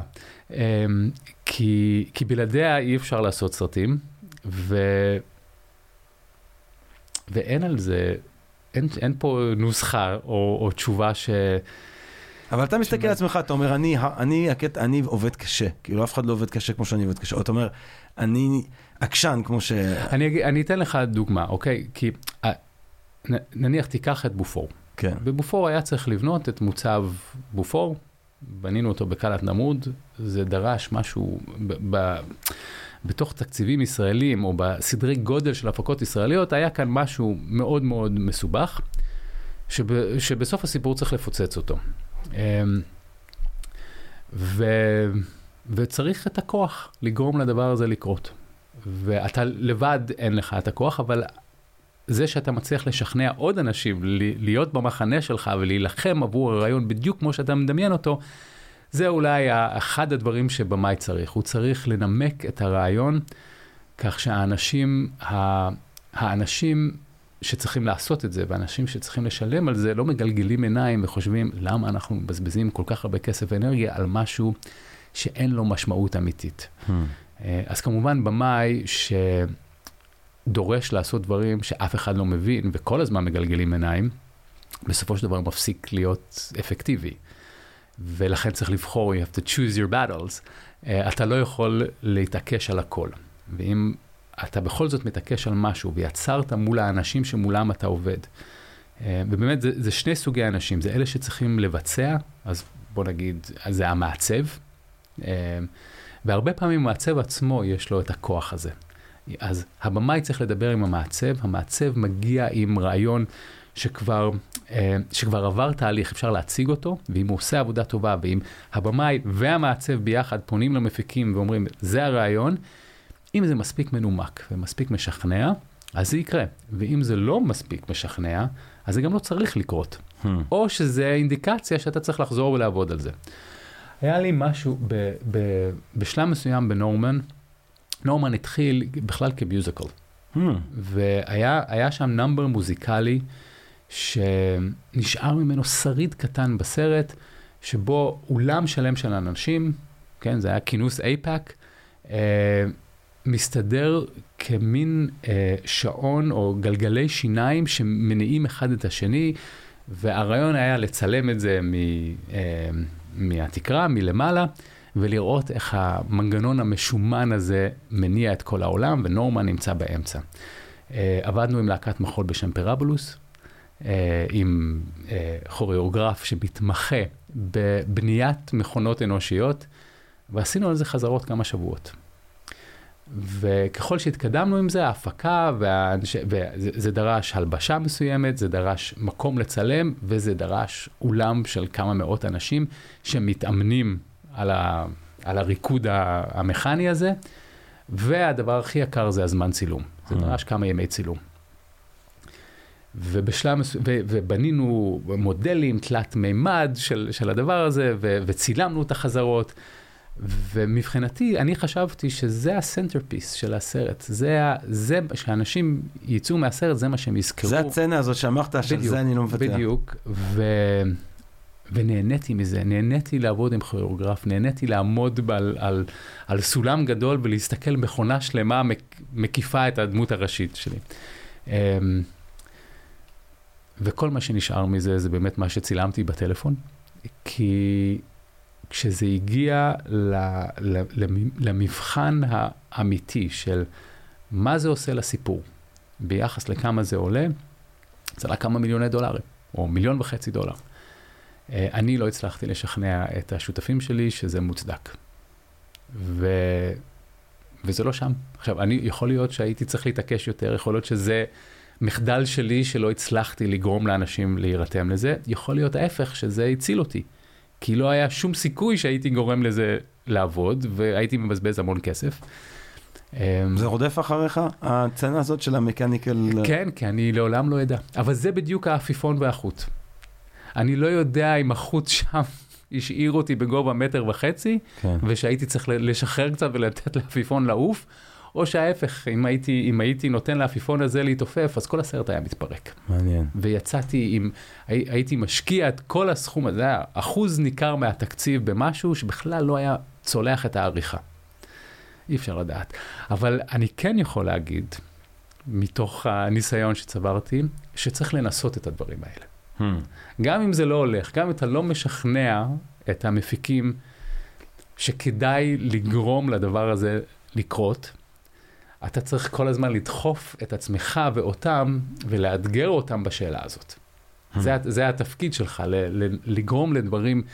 כי, כי בלעדיה אי אפשר לעשות סרטים, ו, ואין על זה, אין, אין פה נוסחה או, או תשובה ש... אבל אתה מסתכל על עצמך, אתה אומר, אני, אני, אני עובד קשה, כאילו אף אחד לא עובד קשה כמו שאני עובד קשה, או אתה אומר, אני עקשן כמו ש... אני, אני אתן לך דוגמה, אוקיי? כי נניח תיקח את בופור. כן. בבופור היה צריך לבנות את מוצב בופור, בנינו אותו בקלת נמוד, זה דרש משהו ב, ב, בתוך תקציבים ישראלים, או בסדרי גודל של הפקות ישראליות, היה כאן משהו מאוד מאוד מסובך, שב, שבסוף הסיפור צריך לפוצץ אותו. ו... וצריך את הכוח לגרום לדבר הזה לקרות. ואתה לבד אין לך את הכוח, אבל זה שאתה מצליח לשכנע עוד אנשים להיות במחנה שלך ולהילחם עבור הרעיון בדיוק כמו שאתה מדמיין אותו, זה אולי אחד הדברים שבמאי צריך. הוא צריך לנמק את הרעיון כך שהאנשים, האנשים שצריכים לעשות את זה, ואנשים שצריכים לשלם על זה, לא מגלגלים עיניים וחושבים למה אנחנו מבזבזים כל כך הרבה כסף ואנרגיה על משהו שאין לו משמעות אמיתית. Hmm. אז כמובן במאי שדורש לעשות דברים שאף אחד לא מבין, וכל הזמן מגלגלים עיניים, בסופו של דבר מפסיק להיות אפקטיבי. ולכן צריך לבחור, you have to choose your battles. אתה לא יכול להתעקש על הכל. ואם אתה בכל זאת מתעקש על משהו, ויצרת מול האנשים שמולם אתה עובד. ובאמת, זה, זה שני סוגי אנשים. זה אלה שצריכים לבצע, אז בוא נגיד, זה המעצב. והרבה פעמים המעצב עצמו יש לו את הכוח הזה. אז הבמאי צריך לדבר עם המעצב, המעצב מגיע עם רעיון שכבר, שכבר עבר תהליך, אפשר להציג אותו, ואם הוא עושה עבודה טובה, ואם הבמאי והמעצב ביחד פונים למפיקים ואומרים, זה הרעיון, אם זה מספיק מנומק ומספיק משכנע, אז זה יקרה. ואם זה לא מספיק משכנע, אז זה גם לא צריך לקרות. Hmm. או שזה אינדיקציה שאתה צריך לחזור ולעבוד על זה. היה לי משהו ב- ב- בשלב מסוים בנורמן, נורמן התחיל בכלל כמיוזיקל. Hmm. והיה היה שם נאמבר מוזיקלי, שנשאר ממנו שריד קטן בסרט, שבו אולם שלם של אנשים, כן, זה היה כינוס אייפאק, אה, מסתדר כמין אה, שעון או גלגלי שיניים שמניעים אחד את השני, והרעיון היה לצלם את זה מ, אה, מהתקרה, מלמעלה, ולראות איך המנגנון המשומן הזה מניע את כל העולם, ונורמן נמצא באמצע. אה, עבדנו עם להקת מחול בשם פרבולוס, אה, עם אה, כוריאוגרף שמתמחה בבניית מכונות אנושיות, ועשינו על זה חזרות כמה שבועות. וככל שהתקדמנו עם זה, ההפקה, והאנש... וזה דרש הלבשה מסוימת, זה דרש מקום לצלם, וזה דרש אולם של כמה מאות אנשים שמתאמנים על, ה... על הריקוד המכני הזה, והדבר הכי יקר זה הזמן צילום. זה דרש כמה ימי צילום. ובשלב, ו, ובנינו מודלים תלת מימד של, של הדבר הזה, ו, וצילמנו את החזרות, ומבחינתי, אני חשבתי שזה הסנטרפיס של הסרט. זה, זה, שאנשים ייצאו מהסרט, זה מה שהם יזכרו. זה הצנה הזאת שאמרת, של זה אני לא מפתח. בדיוק, ו, ונהניתי מזה, נהניתי לעבוד עם כוריאוגרף, נהניתי לעמוד על, על, על סולם גדול, ולהסתכל מכונה שלמה, מקיפה את הדמות הראשית שלי. וכל מה שנשאר מזה, זה באמת מה שצילמתי בטלפון, כי כשזה הגיע למבחן האמיתי של מה זה עושה לסיפור, ביחס לכמה זה עולה, זה עלה כמה מיליוני דולרים, או מיליון וחצי דולר. אני לא הצלחתי לשכנע את השותפים שלי שזה מוצדק. ו... וזה לא שם. עכשיו, אני, יכול להיות שהייתי צריך להתעקש יותר, יכול להיות שזה מחדל שלי שלא הצלחתי לגרום לאנשים להירתם לזה, יכול להיות ההפך שזה הציל אותי. כי לא היה שום סיכוי שהייתי גורם לזה לעבוד, והייתי מבזבז המון כסף. זה רודף אחריך? הצנה הזאת של המקניקל... כן, כי אני לעולם לא יודע. אבל זה בדיוק האפיפון והחוט. אני לא יודע אם החוט שם השאיר אותי בגובה מטר וחצי, כן. ושהייתי צריך לשחרר קצת ולתת לאפיפון לעוף, או שההפך, אם הייתי, אם הייתי נותן לאפיפון הזה להתעופף, אז כל הסרט היה מתפרק. מעניין. ויצאתי עם, הי, הייתי משקיע את כל הסכום הזה, אחוז ניכר מהתקציב במשהו שבכלל לא היה צולח את העריכה. אי אפשר לדעת. אבל אני כן יכול להגיד, מתוך הניסיון שצברתי, שצריך לנסות את הדברים האלה. Hmm. גם אם זה לא הולך, גם אם אתה לא משכנע את המפיקים שכדאי לגרום לדבר הזה לקרות, אתה צריך כל הזמן לדחוף את עצמך ואותם, ולאתגר אותם בשאלה הזאת. Hmm. זה, זה התפקיד שלך, ל, ל, לגרום לדברים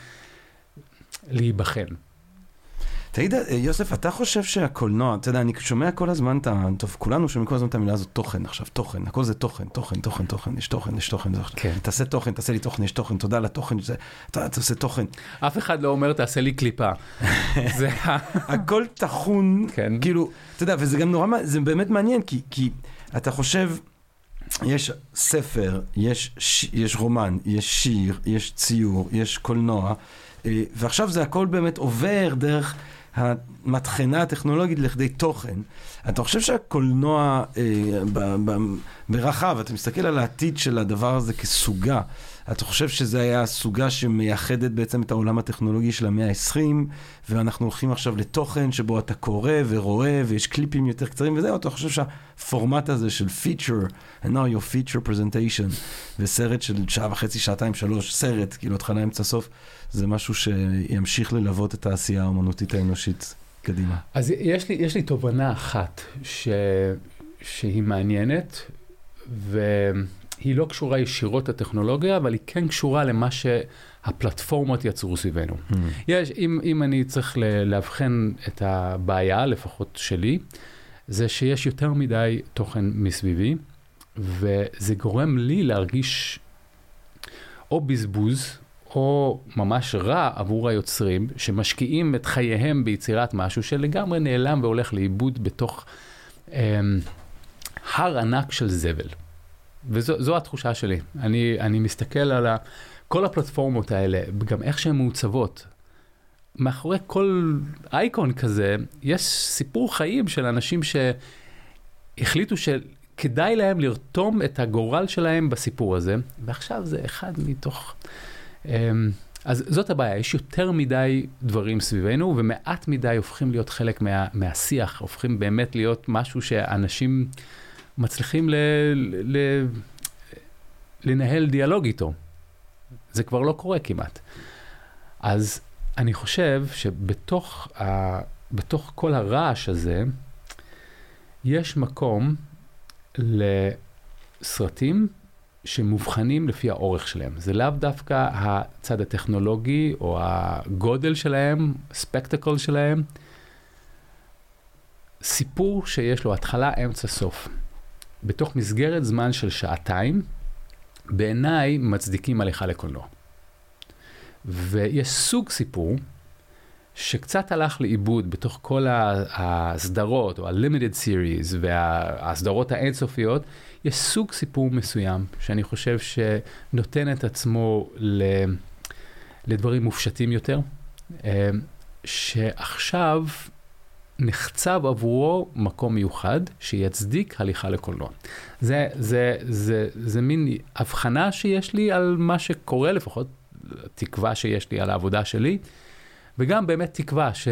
להיבחן. תגיד, יוסף, אתה חושב שהקולנוע, אתה יודע, אני שומע כל הזמן, טוב, כולנו שומעים כל הזמן את המילה הזאת, תוכן עכשיו, תוכן, הכל זה תוכן, תוכן, תוכן, תוכן, יש תוכן, יש תוכן, כן. תעשה תוכן, תעשה לי תוכן, יש תוכן, תודה לתוכן, אתה עושה תוכן. אף אחד לא אומר, תעשה לי קליפה. זה... הכל תחון, כאילו, אתה יודע, וזה גם נורא, זה באמת מעניין, כי אתה חושב, יש ספר, יש רומן, יש שיר, יש ציור, יש קולנוע, ועכשיו זה הכל באמת עובר דרך המתחנה הטכנולוגית לכדי תוכן. אתה חושב שהקולנוע אה, ב- ב- ברחב, אתה מסתכל על העתיד של הדבר הזה כסוגה, אתה חושב שזה היה סוגה שמייחדת בעצם את העולם הטכנולוגי של המאה ה-עשרים, ואנחנו הולכים עכשיו לתוכן שבו אתה קורא ורואה, ויש קליפים יותר קצרים וזהו, אתה חושב שהפורמט הזה של feature, and now your feature presentation, וסרט של שעה וחצי, שעתיים, שלוש, סרט, כאילו התחלה אמצע סוף, זה משהו שימשיך ללוות את העשייה האמנותית האנושית קדימה. אז יש לי, יש לי תובנה אחת ש... שהיא מעניינת, והיא לא קשורה ישירות לטכנולוגיה, אבל היא כן קשורה למה שהפלטפורמות יצרו סביבנו. Hmm. יש, אם, אם אני צריך להבחן את הבעיה, לפחות שלי, זה שיש יותר מדי תוכן מסביבי, וזה גורם לי להרגיש או בזבוז, או ממש רע עבור היוצרים, שמשקיעים את חייהם ביצירת משהו שלגמרי נעלם והולך לאיבוד בתוך אה, הר ענק של זבל. וזו התחושה שלי. אני, אני מסתכל על ה, כל הפלטפורמות האלה, גם איך שהן מעוצבות. מאחורי כל אייקון כזה, יש סיפור חיים של אנשים שהחליטו שכדאי להם לרתום את הגורל שלהם בסיפור הזה, ועכשיו זה אחד מתוך... אז זאת הבעיה, יש יותר מדי דברים סביבנו, ומעט מדי הופכים להיות חלק מה, מהשיח, הופכים באמת להיות משהו שאנשים מצליחים ל, ל, לנהל דיאלוג איתו. זה כבר לא קורה כמעט. אז אני חושב שבתוך ה, בתוך כל הרעש הזה, יש מקום לסרטים, שמובחנים לפי האורך שלהם. זה לאו דווקא הצד הטכנולוגי או הגודל שלהם, ספקטקל שלהם, סיפור שיש לו התחלה, אמצע, סוף, בתוך מסגרת זמן של שעתיים, בעיניי מצדיקים הליכה לקולנוע. ויש סוג סיפור, שקצת הלך לאיבוד בתוך כל הסדרות, או ה-limited series, והסדרות האינסופיות, יש סוג סיפור מסוים, שאני חושב שנותן את עצמו לדברים מופשטים יותר, שעכשיו נחצב עבורו מקום מיוחד, שיצדיק הליכה לקולנוע. זה, זה, זה, זה מין הבחנה שיש לי על מה שקורה, לפחות תקווה שיש לי על העבודה שלי, וגם באמת תקווה ש,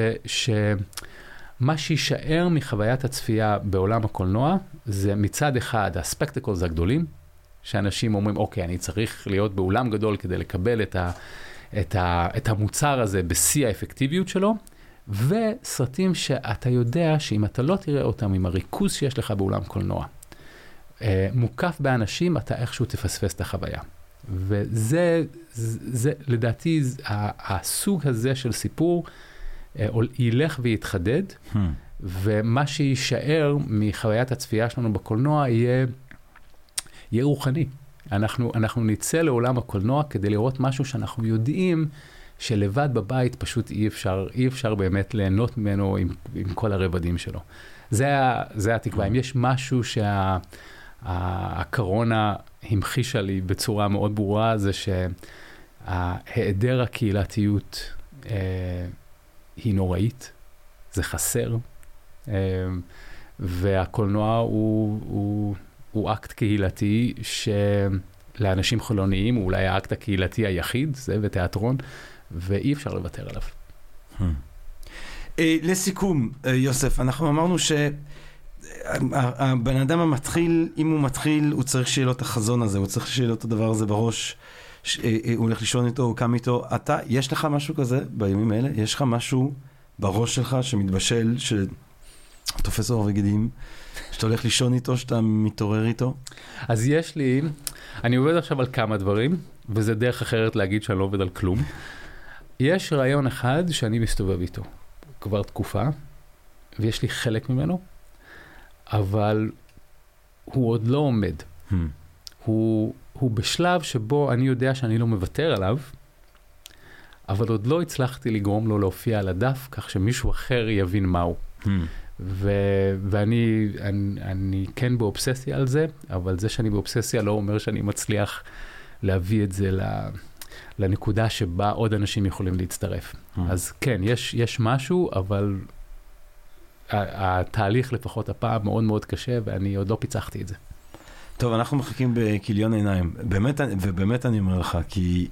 שמה שישאר מחוויית הצפייה בעולם הקולנוע, זה מצד אחד הספקטקלס הגדולים, שאנשים אומרים, אוקיי, אני צריך להיות באולם גדול כדי לקבל את, ה, את, ה, את המוצר הזה בשיא האפקטיביות שלו, וסרטים שאתה יודע שאם אתה לא תראה אותם עם הריכוז שיש לך באולם קולנוע, מוקף באנשים, אתה איכשהו תפספס את החוויה. וזה, זה, לדעתי, הסוג הזה של סיפור ילך ויתחדד, hmm. ומה שישאר מחוויית הצפייה שלנו בקולנוע יהיה, יהיה רוחני. אנחנו, אנחנו נצא לעולם הקולנוע כדי לראות משהו שאנחנו יודעים שלבד בבית פשוט אי אפשר, אי אפשר באמת ליהנות ממנו עם, עם כל הרבדים שלו. זה, זה התקווה. Hmm. אם יש משהו שה... הקורונה המחישה לי בצורה מאוד ברורה, זה שההיעדר הקהילתיות אה, היא נוראית, זה חסר, אה, והקולנוע הוא, הוא, הוא אקט קהילתי שלאנשים חילוניים הוא אולי האקט הקהילתי היחיד, זה בתיאטרון, ואי אפשר לוותר עליו. Hmm. אה, לסיכום, אה, יוסף, אנחנו אמרנו ש... הבן אדם המתחיל, אם הוא מתחיל, הוא צריך שיהיה לו את החזון הזה, הוא צריך שיהיה לו את הדבר הזה בראש, ש... הוא הולך לישון איתו, הוא קם איתו. אתה, יש לך משהו כזה בימים האלה? יש לך משהו בראש שלך שמתבשל, שתופס עור וגידים, שאתה הולך לישון איתו, שאתה מתעורר איתו? אז יש לי, אני עובד עכשיו על כמה דברים, וזה דרך אחרת להגיד שאני לא עובד על כלום. יש רעיון אחד שאני מסתובב איתו כבר תקופה, ויש לי חלק ממנו, אבל הוא עוד לא עומד. Hmm. הוא, הוא בשלב שבו אני יודע שאני לא מוותר עליו, אבל עוד לא הצלחתי לגרום לו להופיע על הדף, כך שמישהו אחר יבין מהו. Hmm. ו- ואני אני, אני כן באובססיה על זה, אבל זה שאני באובססיה לא אומר שאני מצליח להביא את זה לנקודה שבה עוד אנשים יכולים להצטרף. Hmm. אז כן, יש, יש משהו, אבל... התהליך לפחות הפעם מאוד מאוד קשה, ואני עוד לא פיצחתי את זה. טוב, אנחנו מחכים בכיליון עיניים. באמת, ובאמת אני אומר לך, כי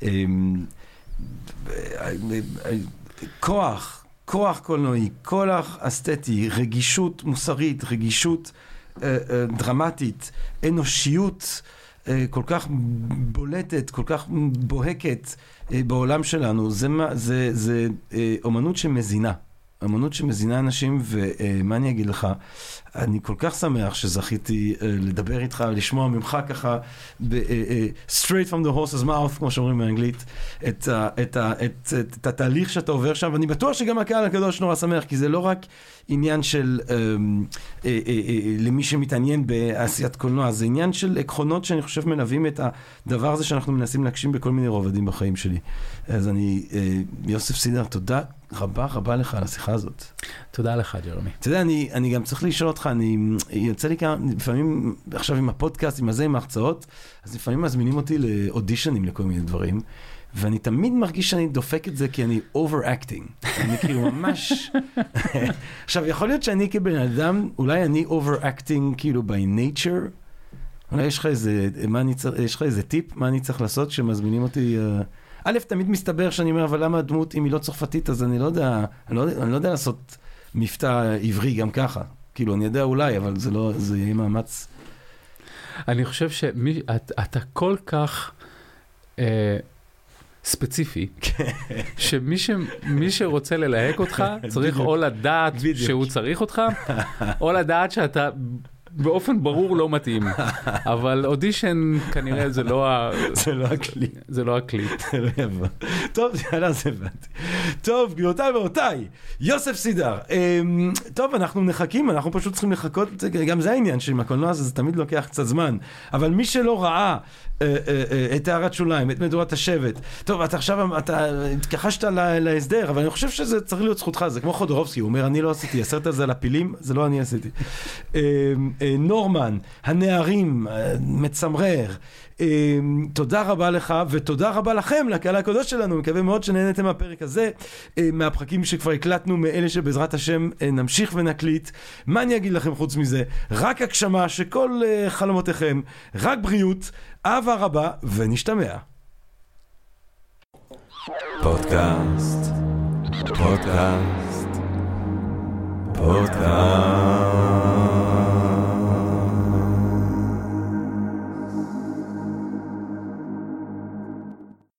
כוח, כוח קולנועי, כוח אסתטי, רגישות מוסרית, רגישות דרמטית, אנושיות כל כך בולטת, כל כך בוהקת בעולם שלנו, זה, זה, זה אומנות שמזינה. אמנות שמזינה אנשים, ומה אני אגיד לך, אני כל כך שמח שזכיתי לדבר איתך, לשמוע ממך ככה, straight from the horse's mouth, כמו שאומרים באנגלית, את, את, את, את התהליך שאתה עובר שם, ואני בטוח שגם הקהל הקדוש נורא שמח, כי זה לא רק עניין של, למי שמתעניין בעשיית קולנוע, זה עניין של עקרונות שאני חושב מלווים את הדבר הזה שאנחנו מנסים להגשים בכל מיני רובדים בחיים שלי. אז אני, יוסף סידר, תודה רבה רבה לך על השיחה הזאת. תודה לך, ג'רמי. אתה יודע, אני, אני גם צריך לשאול אותך, אני יוצא לי כמה, לפעמים, עכשיו עם הפודקאסט, עם הזה, עם ההרצאות, אז לפעמים מזמינים אותי לאודישנים לכל מיני דברים, ואני תמיד מרגיש שאני דופק את זה כי אני overacting. אני כאילו ממש... עכשיו, יכול להיות שאני כבן אדם, אולי אני overacting כאילו by nature, אולי יש לך איזה, מה אני צריך, יש לך איזה טיפ, מה אני צריך לעשות שמזמינים אותי... א', תמיד מסתבר שאני אומר, אבל למה הדמות, אם היא לא צרפתית, אז אני לא יודע, אני לא, אני לא יודע לעשות מבטא עברי גם ככה. כאילו, אני יודע אולי, אבל זה לא, זה יהיה מאמץ. אני חושב שאתה כל כך אה, ספציפי, שמי ש, מי שרוצה ללהק אותך, צריך או לדעת שהוא צריך אותך, או לדעת שאתה באופן ברור לא מתאים. אבל אודישן כנראה זה לא ה... זה לא הכלי. זה לא הכלי. זה לא יבוא. טוב, יאללה, זה הבנתי. טוב, גבירותיי ואותיי, יוסף סידר. טוב, אנחנו נחכים, אנחנו פשוט צריכים לחכות, גם זה העניין שעם הקולנוע הזה, זה תמיד לוקח קצת זמן. אבל מי שלא ראה את הערת שוליים, את מדורת השבט, טוב, אתה עכשיו, אתה התכחשת להסדר, אבל אני חושב שזה צריך להיות זכותך, זה כמו חודורובסקי, הוא אומר, אני לא עשיתי, הסרט הזה על הפילים, זה לא אני עשיתי. נורמן, הנערים, מצמרר, תודה רבה לך, ותודה רבה לכם, לקהל הקדוש שלנו, מקווה מאוד שנהנתם מהפרק הזה, מהפרקים שכבר הקלטנו, מאלה שבעזרת השם נמשיך ונקליט. מה אני אגיד לכם חוץ מזה? רק הגשמה שכל חלומותיכם, רק בריאות, אהבה רבה, ונשתמע. פודקאסט, פודקאסט, פודקאסט.